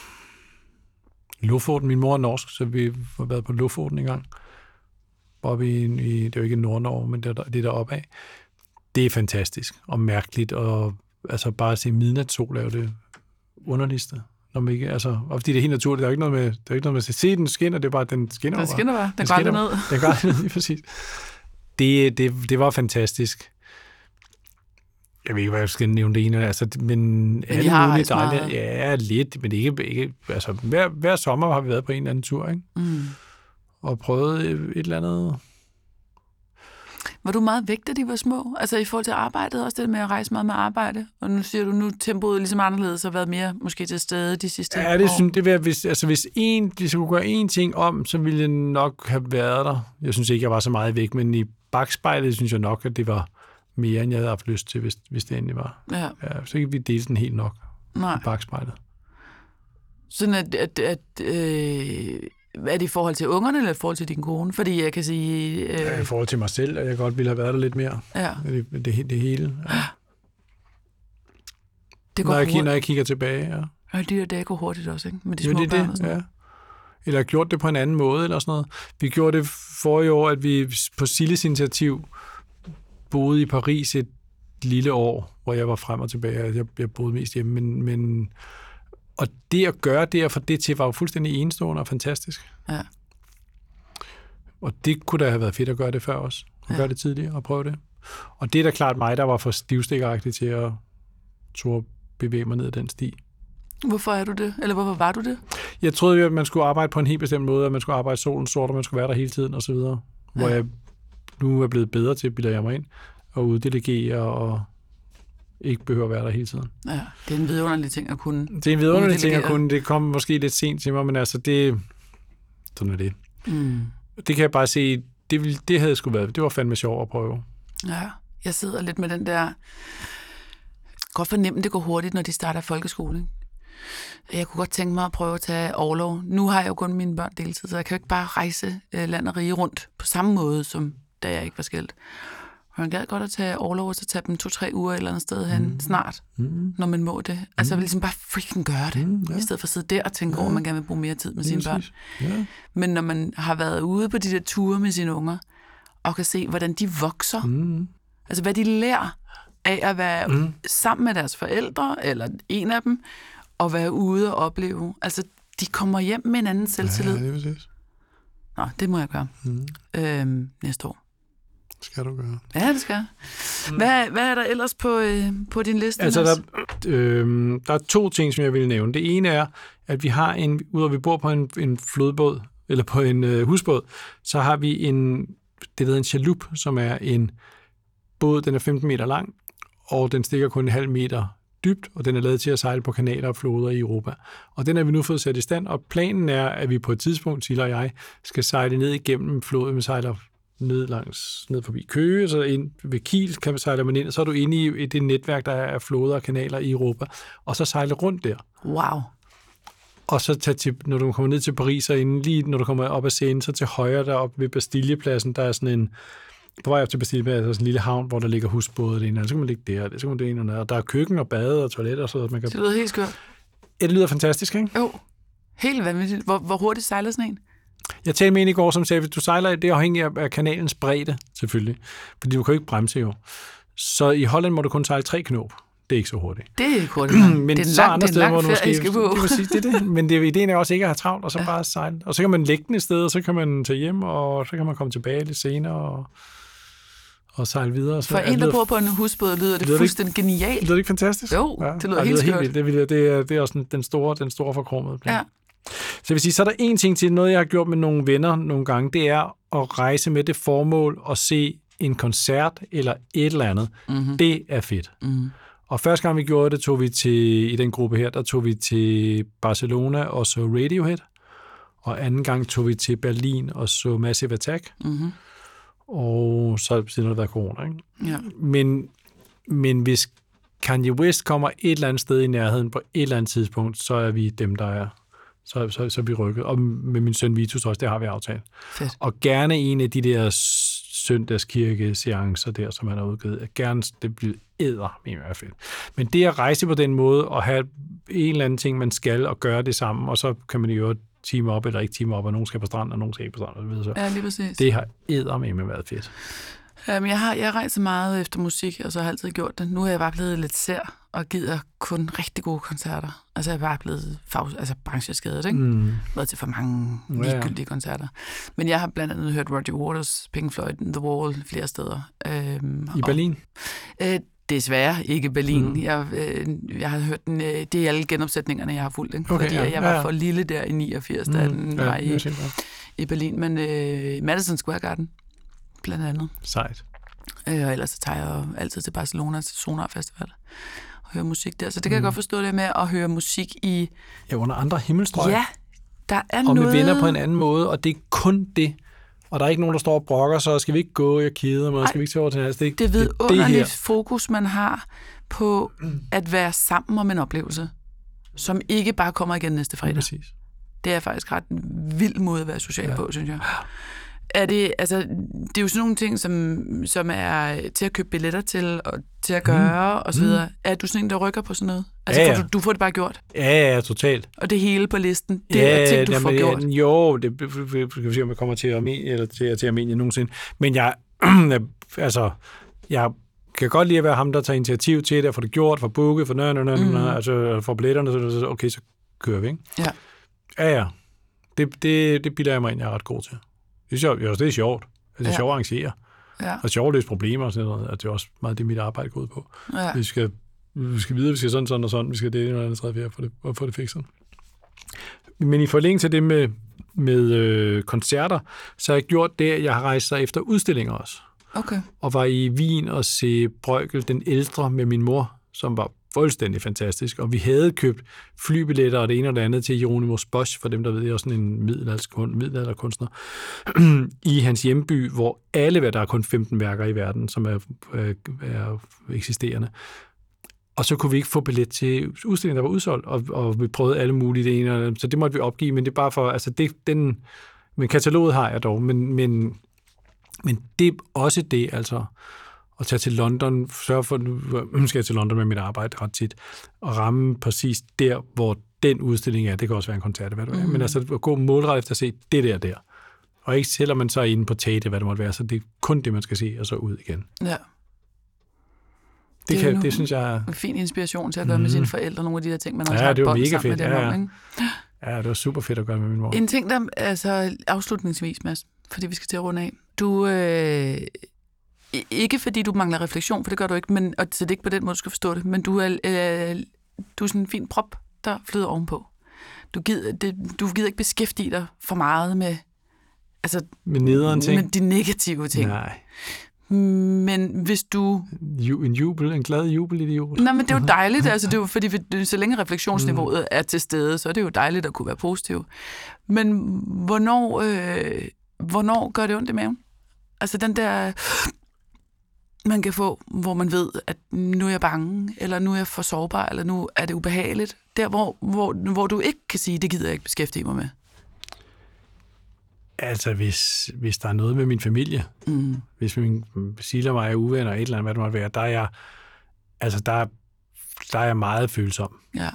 S2: Lofoten, min mor er norsk, så vi har været på Lofoten en gang. Oppe i, i, det er jo ikke Nord-Norge, men det er, det er deroppe af. Det er fantastisk og mærkeligt, og altså bare at se midnatssol er jo det underligste. Når man ikke, altså, og fordi det er helt naturligt, der er ikke noget med, der er ikke noget med at se den skinner, det er bare, den skinner
S1: Den skinner bare, den går aldrig ned.
S2: Den går aldrig ned, lige præcis. Det, det, det var fantastisk. Jeg ved ikke, hvad jeg skal nævne det ene, altså, men, men alle mulige dejlige, ja, lidt, men ikke, ikke altså, hver, hver sommer har vi været på en eller anden tur, ikke?
S1: Mm.
S2: Og prøvet et eller andet.
S1: Var du meget væk, da de var små? Altså i forhold til arbejdet, også det med at rejse meget med arbejde? Og nu siger du, nu tempoet ligesom anderledes og været mere måske til stede de sidste
S2: ja, det
S1: år.
S2: synes det vil, hvis, altså hvis en, de skulle gøre én ting om, så ville jeg nok have været der. Jeg synes ikke, jeg var så meget væk, men i bagspejlet synes jeg nok, at det var mere, end jeg havde haft lyst til, hvis, hvis det endelig var.
S1: Ja.
S2: Ja, så kan vi dele den helt nok.
S1: Nej.
S2: I bagspejlet.
S1: Sådan at, at, at øh, er det i forhold til ungerne, eller i forhold til din kone? Fordi jeg kan sige... Øh...
S2: Ja, i forhold til mig selv, at jeg godt ville have været der lidt mere.
S1: Ja.
S2: Det, det, det hele. Ja.
S1: Det går
S2: når, jeg,
S1: hurtigt.
S2: når jeg kigger tilbage, ja.
S1: Ja, de her dage går hurtigt også, ikke? Med de
S2: jo,
S1: små
S2: det,
S1: børn
S2: det,
S1: og sådan
S2: ja. Eller gjort det på en anden måde, eller sådan noget. Vi gjorde det forrige år, at vi på Silles initiativ boede i Paris et lille år, hvor jeg var frem og tilbage. Jeg, jeg boede mest hjemme, men, men og det at gøre det og få det til, var jo fuldstændig enestående og fantastisk.
S1: Ja.
S2: Og det kunne da have været fedt at gøre det før også. At
S1: ja.
S2: gøre det tidligere og prøve det. Og det er da klart mig, der var for stivstikagtig til at turde bevæge mig ned ad den sti.
S1: Hvorfor er du det? Eller hvorfor var du det?
S2: Jeg troede jo, at man skulle arbejde på en helt bestemt måde, at man skulle arbejde solen sort, og man skulle være der hele tiden osv. Ja. Hvor jeg nu er blevet bedre til, bilder jeg mig ind, og uddelegere og ikke behøver at være der hele tiden.
S1: Ja, det er en vidunderlig ting at kunne.
S2: Det er en vidunderlig ting at kunne. Det kom måske lidt sent til mig, men altså det... Sådan er det.
S1: Mm.
S2: Det kan jeg bare se, det, ville, det havde sgu været, det var fandme sjovt at prøve.
S1: Ja, jeg sidder lidt med den der... godt fornemme, det går hurtigt, når de starter folkeskole, ikke? Jeg kunne godt tænke mig at prøve at tage orlov. Nu har jeg jo kun mine børn deltid, så jeg kan jo ikke bare rejse land og rige rundt på samme måde, som da jeg ikke var skilt. Man gad godt at tage overlov og så tage dem to-tre uger et eller andet sted hen mm. snart, mm. når man må det. Altså, mm. ligesom bare freaking gøre det, mm, ja. I stedet for at sidde der og tænke ja. over, at man gerne vil bruge mere tid med sine børn. Ja. Men når man har været ude på de der ture med sine unger, og kan se, hvordan de vokser, mm. altså hvad de lærer af at være mm. sammen med deres forældre, eller en af dem, og være ude og opleve. Altså, de kommer hjem med en anden selvtillid.
S3: Ja, det er præcis.
S1: Nå, det må jeg gøre. Mm. Øhm, næste år.
S3: Skal du gøre.
S1: Ja, det skal. Hvad, hvad er der ellers på, øh, på din liste?
S2: Altså, der, øh, der er to ting, som jeg vil nævne. Det ene er, at vi har en, udover vi bor på en, en flodbåd, eller på en øh, husbåd, så har vi en, det hedder en chalup, som er en båd, den er femten meter lang, og den stikker kun en halv meter dybt, og den er lavet til at sejle på kanaler og floder i Europa. Og den har vi nu fået sat i stand, og planen er, at vi på et tidspunkt, Silla og jeg, skal sejle ned igennem floden, vi sejler ned langs, ned forbi Køge, så ind ved Kiel kan man sejle man ind, og så er du inde i, i det netværk, der er floder og kanaler i Europa, og så sejle rundt der.
S1: Wow.
S2: Og så tage til, når du kommer ned til Paris, og inden lige når du kommer op ad scenen, så til højre deroppe ved Bastillepladsen, der er sådan en, på vej op til Bastillepladsen, der er sådan en lille havn, hvor der ligger husbåde det ene, og så kan man ligge der, det så kan man det ene, og der er køkken og bade og toilet og så man kan.
S1: Det lyder helt skørt.
S2: Ja, det lyder fantastisk, ikke?
S1: Jo, helt vanvittigt. Hvor, hvor hurtigt sejler sådan en?
S2: Jeg talte med en i går, som sagde, at du sejler, det er afhængigt af kanalens bredde, selvfølgelig. Fordi du kan jo ikke bremse jo. Så i Holland må du kun sejle tre knop. Det er ikke så hurtigt.
S1: Det er ikke hurtigt.
S2: Men
S1: det er
S2: så
S1: lang,
S2: andre
S1: det er
S2: steder, hvor du måske...
S1: Det,
S2: det, det, det. Men det, ideen er også ikke at have travlt, og så ja. bare sejle. Og så kan man lægge den et sted, og så kan man tage hjem, og så kan man komme tilbage lidt senere og, og sejle videre. Så,
S1: For en, der bor på en husbåd, lyder det lyder fuldstændig det genialt.
S2: Lyder det ikke fantastisk?
S1: Jo,
S2: ja.
S1: det lyder ja, helt skørt.
S2: Helt vildt. Det, det, er, det er også den store, den store forkromede plan.
S1: Ja.
S2: Så jeg vil sige, så er der en ting til, noget jeg har gjort med nogle venner nogle gange, det er at rejse med det formål og se en koncert eller et eller andet. Mm-hmm. Det er fedt. Mm-hmm. Og første gang vi gjorde det, tog vi til, i den gruppe her, der tog vi til Barcelona og så Radiohead. Og anden gang tog vi til Berlin og så Massive Attack. Mm-hmm. Og så siden har det været corona, ikke?
S1: Ja.
S2: Men, men hvis Kanye West kommer et eller andet sted i nærheden på et eller andet tidspunkt, så er vi dem, der er Så, så, så er vi rykket. Og med min søn Vitus også, det har vi aftalt.
S1: Fedt.
S2: Og gerne en af de der søndagskirke-seancer der, som han har udgivet. Gerne, det bliver æder i hvert fald. Men det at rejse på den måde, og have en eller anden ting, man skal, og gøre det sammen, og så kan man jo et time op, eller ikke time op, og nogen skal på stranden, og nogen skal ikke på stranden, og så videre.
S1: Ja, lige præcis.
S2: Det har æder med med været fedt.
S1: Um, jeg har jeg rejser meget efter musik, og så har jeg altid gjort det. Nu er jeg bare blevet lidt sær, og gider kun rigtig gode koncerter. Altså jeg er bare blevet fag, altså brancheskadet, ikke? Mm. Været til for mange ligegyldige ja. koncerter. Men jeg har blandt andet hørt Roger Waters, Pink Floyd, The Wall flere steder. Um,
S2: I Berlin?
S1: Og, øh, desværre ikke Berlin. Mm. Jeg, øh, jeg har hørt den, øh, det er alle genopsætningerne, jeg har fulgt, ikke?
S2: Okay,
S1: fordi
S2: ja,
S1: jeg var
S2: ja.
S1: for lille der i niogfirs, da mm. den
S2: ja,
S1: var i, i Berlin. Men øh, Madison Square Garden, blandt andet.
S2: Sejt.
S1: Øh, og ellers så tager jeg altid til Barcelona til Sonar Festival og hører musik der. Så det kan mm. jeg godt forstå det med at høre musik i...
S2: Ja, under andre himmelstrøg.
S1: Ja, der er
S2: og
S1: noget...
S2: Og med venner på en anden måde, og det er kun det. Og der er ikke nogen, der står og brokker, så skal vi ikke gå, jeg keder mig, skal vi ikke tage over til næste. Det,
S1: det, det er vidunderligt fokus, man har på at være sammen om en oplevelse, som ikke bare kommer igen næste fredag.
S2: Præcis.
S1: Det er faktisk ret en vild måde at være social ja. på, synes jeg. Er det, altså, det er jo sådan nogle ting, som, som er til at købe billetter til, og til at gøre, mm. og så videre. Mm. Er du sådan en, der rykker på sådan noget? Altså,
S2: ja, ja.
S1: Får du, du får det bare gjort?
S2: Ja, ja, totalt.
S1: Og det hele på listen, det
S2: ja,
S1: er ting, du
S2: jamen,
S1: får gjort?
S2: Jo, det kan vi se, om jeg kommer til Armenien, eller til, til Armenien nogensinde. Men jeg, altså, jeg kan godt lide at være ham, der tager initiativ til det, at få det gjort, få booket, for nø, nø, nø, mm. altså for billetterne, så okay, så kører vi, ikke?
S1: Ja.
S2: Ja, ja. Det, det, det bilder jeg mig ind, jeg er ret god til. Det er sjovt. Jo, det er sjovt. Det er ja. sjovt at arrangere.
S1: Ja.
S2: Og sjovt at løse problemer og sådan noget. Det er også meget det, mit arbejde går ud på. Ja. Vi skal, vi skal vide, vi skal sådan, sådan og sådan. Vi skal det, eller andet, tredje, fjerde, for det, for få det fikset. Men i forlængelse af det med, med øh, koncerter, så har jeg gjort det, at jeg har rejst sig efter udstillinger også.
S1: Okay.
S2: Og var i Wien og se Bruegel den ældre med min mor, som var fuldstændig fantastisk. Og vi havde købt flybilletter og det ene og det andet til Hieronymus Bosch, for dem, der ved, jeg er sådan en middelalderkunstner, i hans hjemby, hvor alle, hvad der er kun femten værker i verden, som er, er, er eksisterende. Og så kunne vi ikke få billet til udstillingen, der var udsolgt, og, og vi prøvede alle mulige det ene og det andet, så det måtte vi opgive, men det er bare for, altså det, den, men kataloget har jeg dog, men, men, men det er også det, altså, at tage til London, sørge for, nu skal jeg til London med mit arbejde ret tit, og ramme præcis der, hvor den udstilling er. Det kan også være en koncert, hvad det er. Mm. Men altså at gå målrettet efter at se det der der. Og ikke selvom man så er inde på Tate, hvad det måtte være, så det er kun det, man skal se, og så ud igen.
S1: Ja.
S2: Det,
S1: det,
S2: kan, det synes jeg er
S1: en fin inspiration til at gøre mm. med sine forældre, nogle af de der ting, man også
S2: ja,
S1: har
S2: det var mega
S1: fedt.
S2: fedt. Ja, ja. Om, ja, det var super fedt at gøre med min mor.
S1: En ting, der altså afslutningsvis, Mads, fordi vi skal til at runde af. Du, øh, ikke fordi du mangler refleksion, for det gør du ikke, men, og så det er ikke på den måde, du skal forstå det, men du er, øh, du er sådan en fin prop, der flyder ovenpå. Du gider, det, du gider ikke beskæftige dig for meget med, altså,
S2: med nederen ting.
S1: Med de negative ting.
S2: Nej.
S1: Men hvis du...
S2: En jubel, en glad jubelidiot.
S1: Nej, men det er jo dejligt, altså det er jo, fordi så længe refleksionsniveauet mm. er til stede, så er det jo dejligt at kunne være positiv. Men hvornår, øh, hvornår gør det ondt i maven? Altså den der, man kan få, hvor man ved, at nu er jeg bange, eller nu er jeg for sårbar, eller nu er det ubehageligt. Der, hvor, hvor, hvor du ikke kan sige, det gider jeg ikke beskæftige mig med.
S2: Altså, hvis, hvis der er noget med min familie, mm. hvis min Silla og mig er uvenner, et eller andet, hvad det måtte være, der er jeg, altså, der, der er jeg meget følsom.
S1: Ja.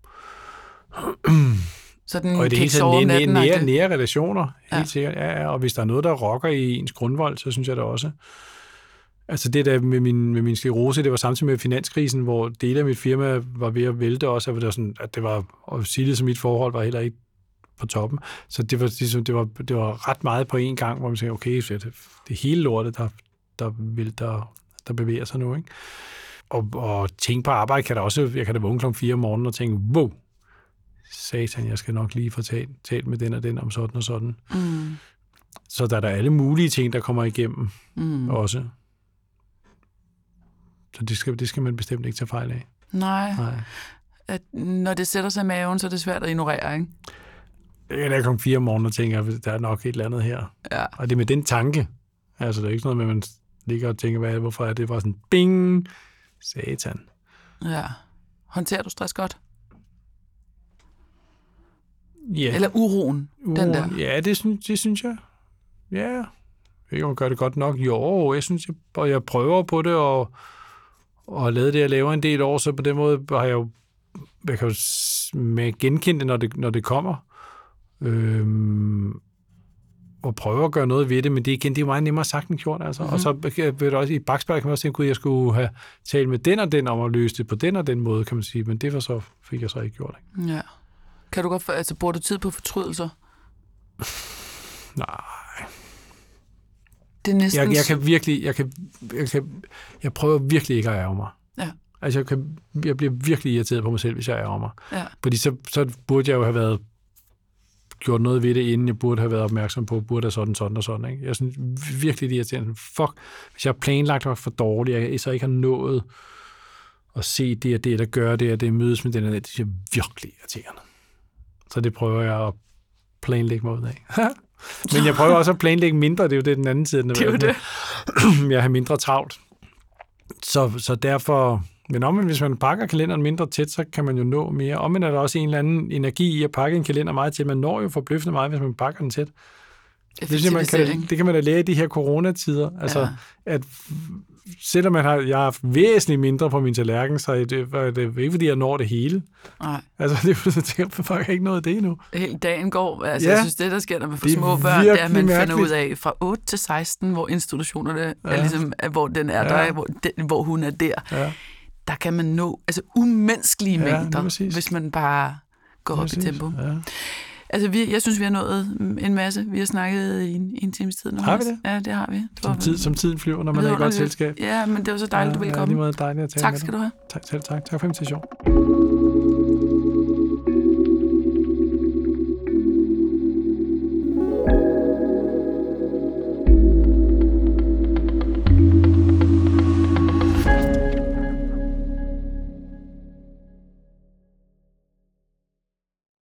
S1: Så den
S2: og i det hele taget nære, nære, nære relationer, helt
S1: ja.
S2: sikkert. Ja, og hvis der er noget, der rokker i ens grundvold, så synes jeg det også. Altså det der med min, med min sklerose, det var samtidig med finanskrisen, hvor dele af mit firma var ved at vælte også, og det var sådan, at det var, og Silla som mit forhold var heller ikke på toppen. Så det var, ligesom, det var, det var ret meget på én gang, hvor man siger, okay, det, det er hele lortet, der, der, vil, der, der bevæger sig nu. Ikke? Og, og tænke på arbejde kan der også, jeg kan da vågne klokken fire om morgenen og tænke, wow, satan, jeg skal nok lige få talt, talt med den og den om sådan og sådan. Mm. Så der er der alle mulige ting, der kommer igennem mm. også. Så det skal, det skal man bestemt ikke tage fejl af.
S1: Nej. Nej. At når det sætter sig i maven, så er det svært at ignorere, ikke?
S2: Jeg er klokken fire om morgenen og tænker, at der er nok et eller andet her.
S1: Ja.
S2: Og det er med den tanke. Altså, det er ikke noget med, at man ligger og tænker, hvad, hvorfor er det bare sådan, bing, satan.
S1: Ja. Håndterer du stress godt?
S2: Ja.
S1: Eller uroen, uroen, den der?
S2: Ja, det synes, det synes jeg. Ja. Jeg kan gøre det godt nok. Jo, jeg synes, jeg, og jeg prøver på det, og, og har lavet det, jeg laver en del år, så på den måde har jeg jo, jeg kan jo med genkende det, når det, når det kommer. Øhm, og prøve at gøre noget ved det, men det, igen, det er meget nemmere sagt end gjort. Altså. Mm-hmm. Og så vil det også i bagspejlet kan man også tænke, at jeg skulle have talt med den og den om at løse det på den og den måde, kan man sige. Men det var så, fik jeg så ikke gjort. Ikke?
S1: Ja. Kan du godt, for, altså bruger du tid på fortrydelser?
S2: Nej.
S1: Det er næsten...
S2: Jeg, jeg kan virkelig, jeg kan, jeg kan, jeg prøver virkelig ikke at ærge mig.
S1: Ja.
S2: Altså, jeg, kan, jeg bliver virkelig irriteret på mig selv, hvis jeg ærger mig.
S1: Ja.
S2: Fordi så, så burde jeg jo have været gjort noget ved det, inden jeg burde have været opmærksom på, burde have sådan, sådan og sådan. Ikke? Jeg synes virkelig, det er irriterende. Fuck, hvis jeg har planlagt for dårligt, jeg så ikke har nået at se det og det, der gør det, og det mødes med den og det, det er virkelig irriterende. Så det prøver jeg at planlægge mig ud af. Men jeg prøver også at planlægge mindre, det er jo det den anden side.
S1: Det er jo det.
S2: Jeg har mindre travlt. Så, så derfor... Men omvendt, hvis man pakker kalenderen mindre tæt, så kan man jo nå mere. Omvendt er der også en eller anden energi i at pakke en kalender meget tæt. Man når jo forbløffende meget, hvis man pakker den tæt. Det, man kan, det kan man da lære i de her coronatider. Altså, ja. At selvom man har, jeg har haft væsentligt mindre på min tallerken, så er det, er det ikke, fordi jeg når det hele.
S1: Nej.
S2: Altså, det er jo sådan, at jeg ikke nået det endnu.
S1: Hele dagen går. Altså,
S2: ja.
S1: Jeg synes, det, der sker, når man får små børn, det er, at man
S2: mærkeligt.
S1: finder ud af fra otte til seksten, hvor institutionerne ja. er ligesom, hvor den er ja. der, hvor, den, hvor hun er der. Ja. Der kan man nå altså umenneskelige ja, mængder, hvis man bare går op i tempo. Ja. Altså, vi, jeg synes, vi har nået en masse. Vi har snakket i en, en times tid nu.
S2: Har vi det?
S1: Ja, det har vi. Det
S2: som, tid, som tiden flyver, når man er i godt selskab.
S1: Ja, men det var så dejligt, ja, du ville komme.
S2: Ja, det var dejligt at tale
S1: Tak skal du have.
S2: Tak, selv tak. Tak for invitationen.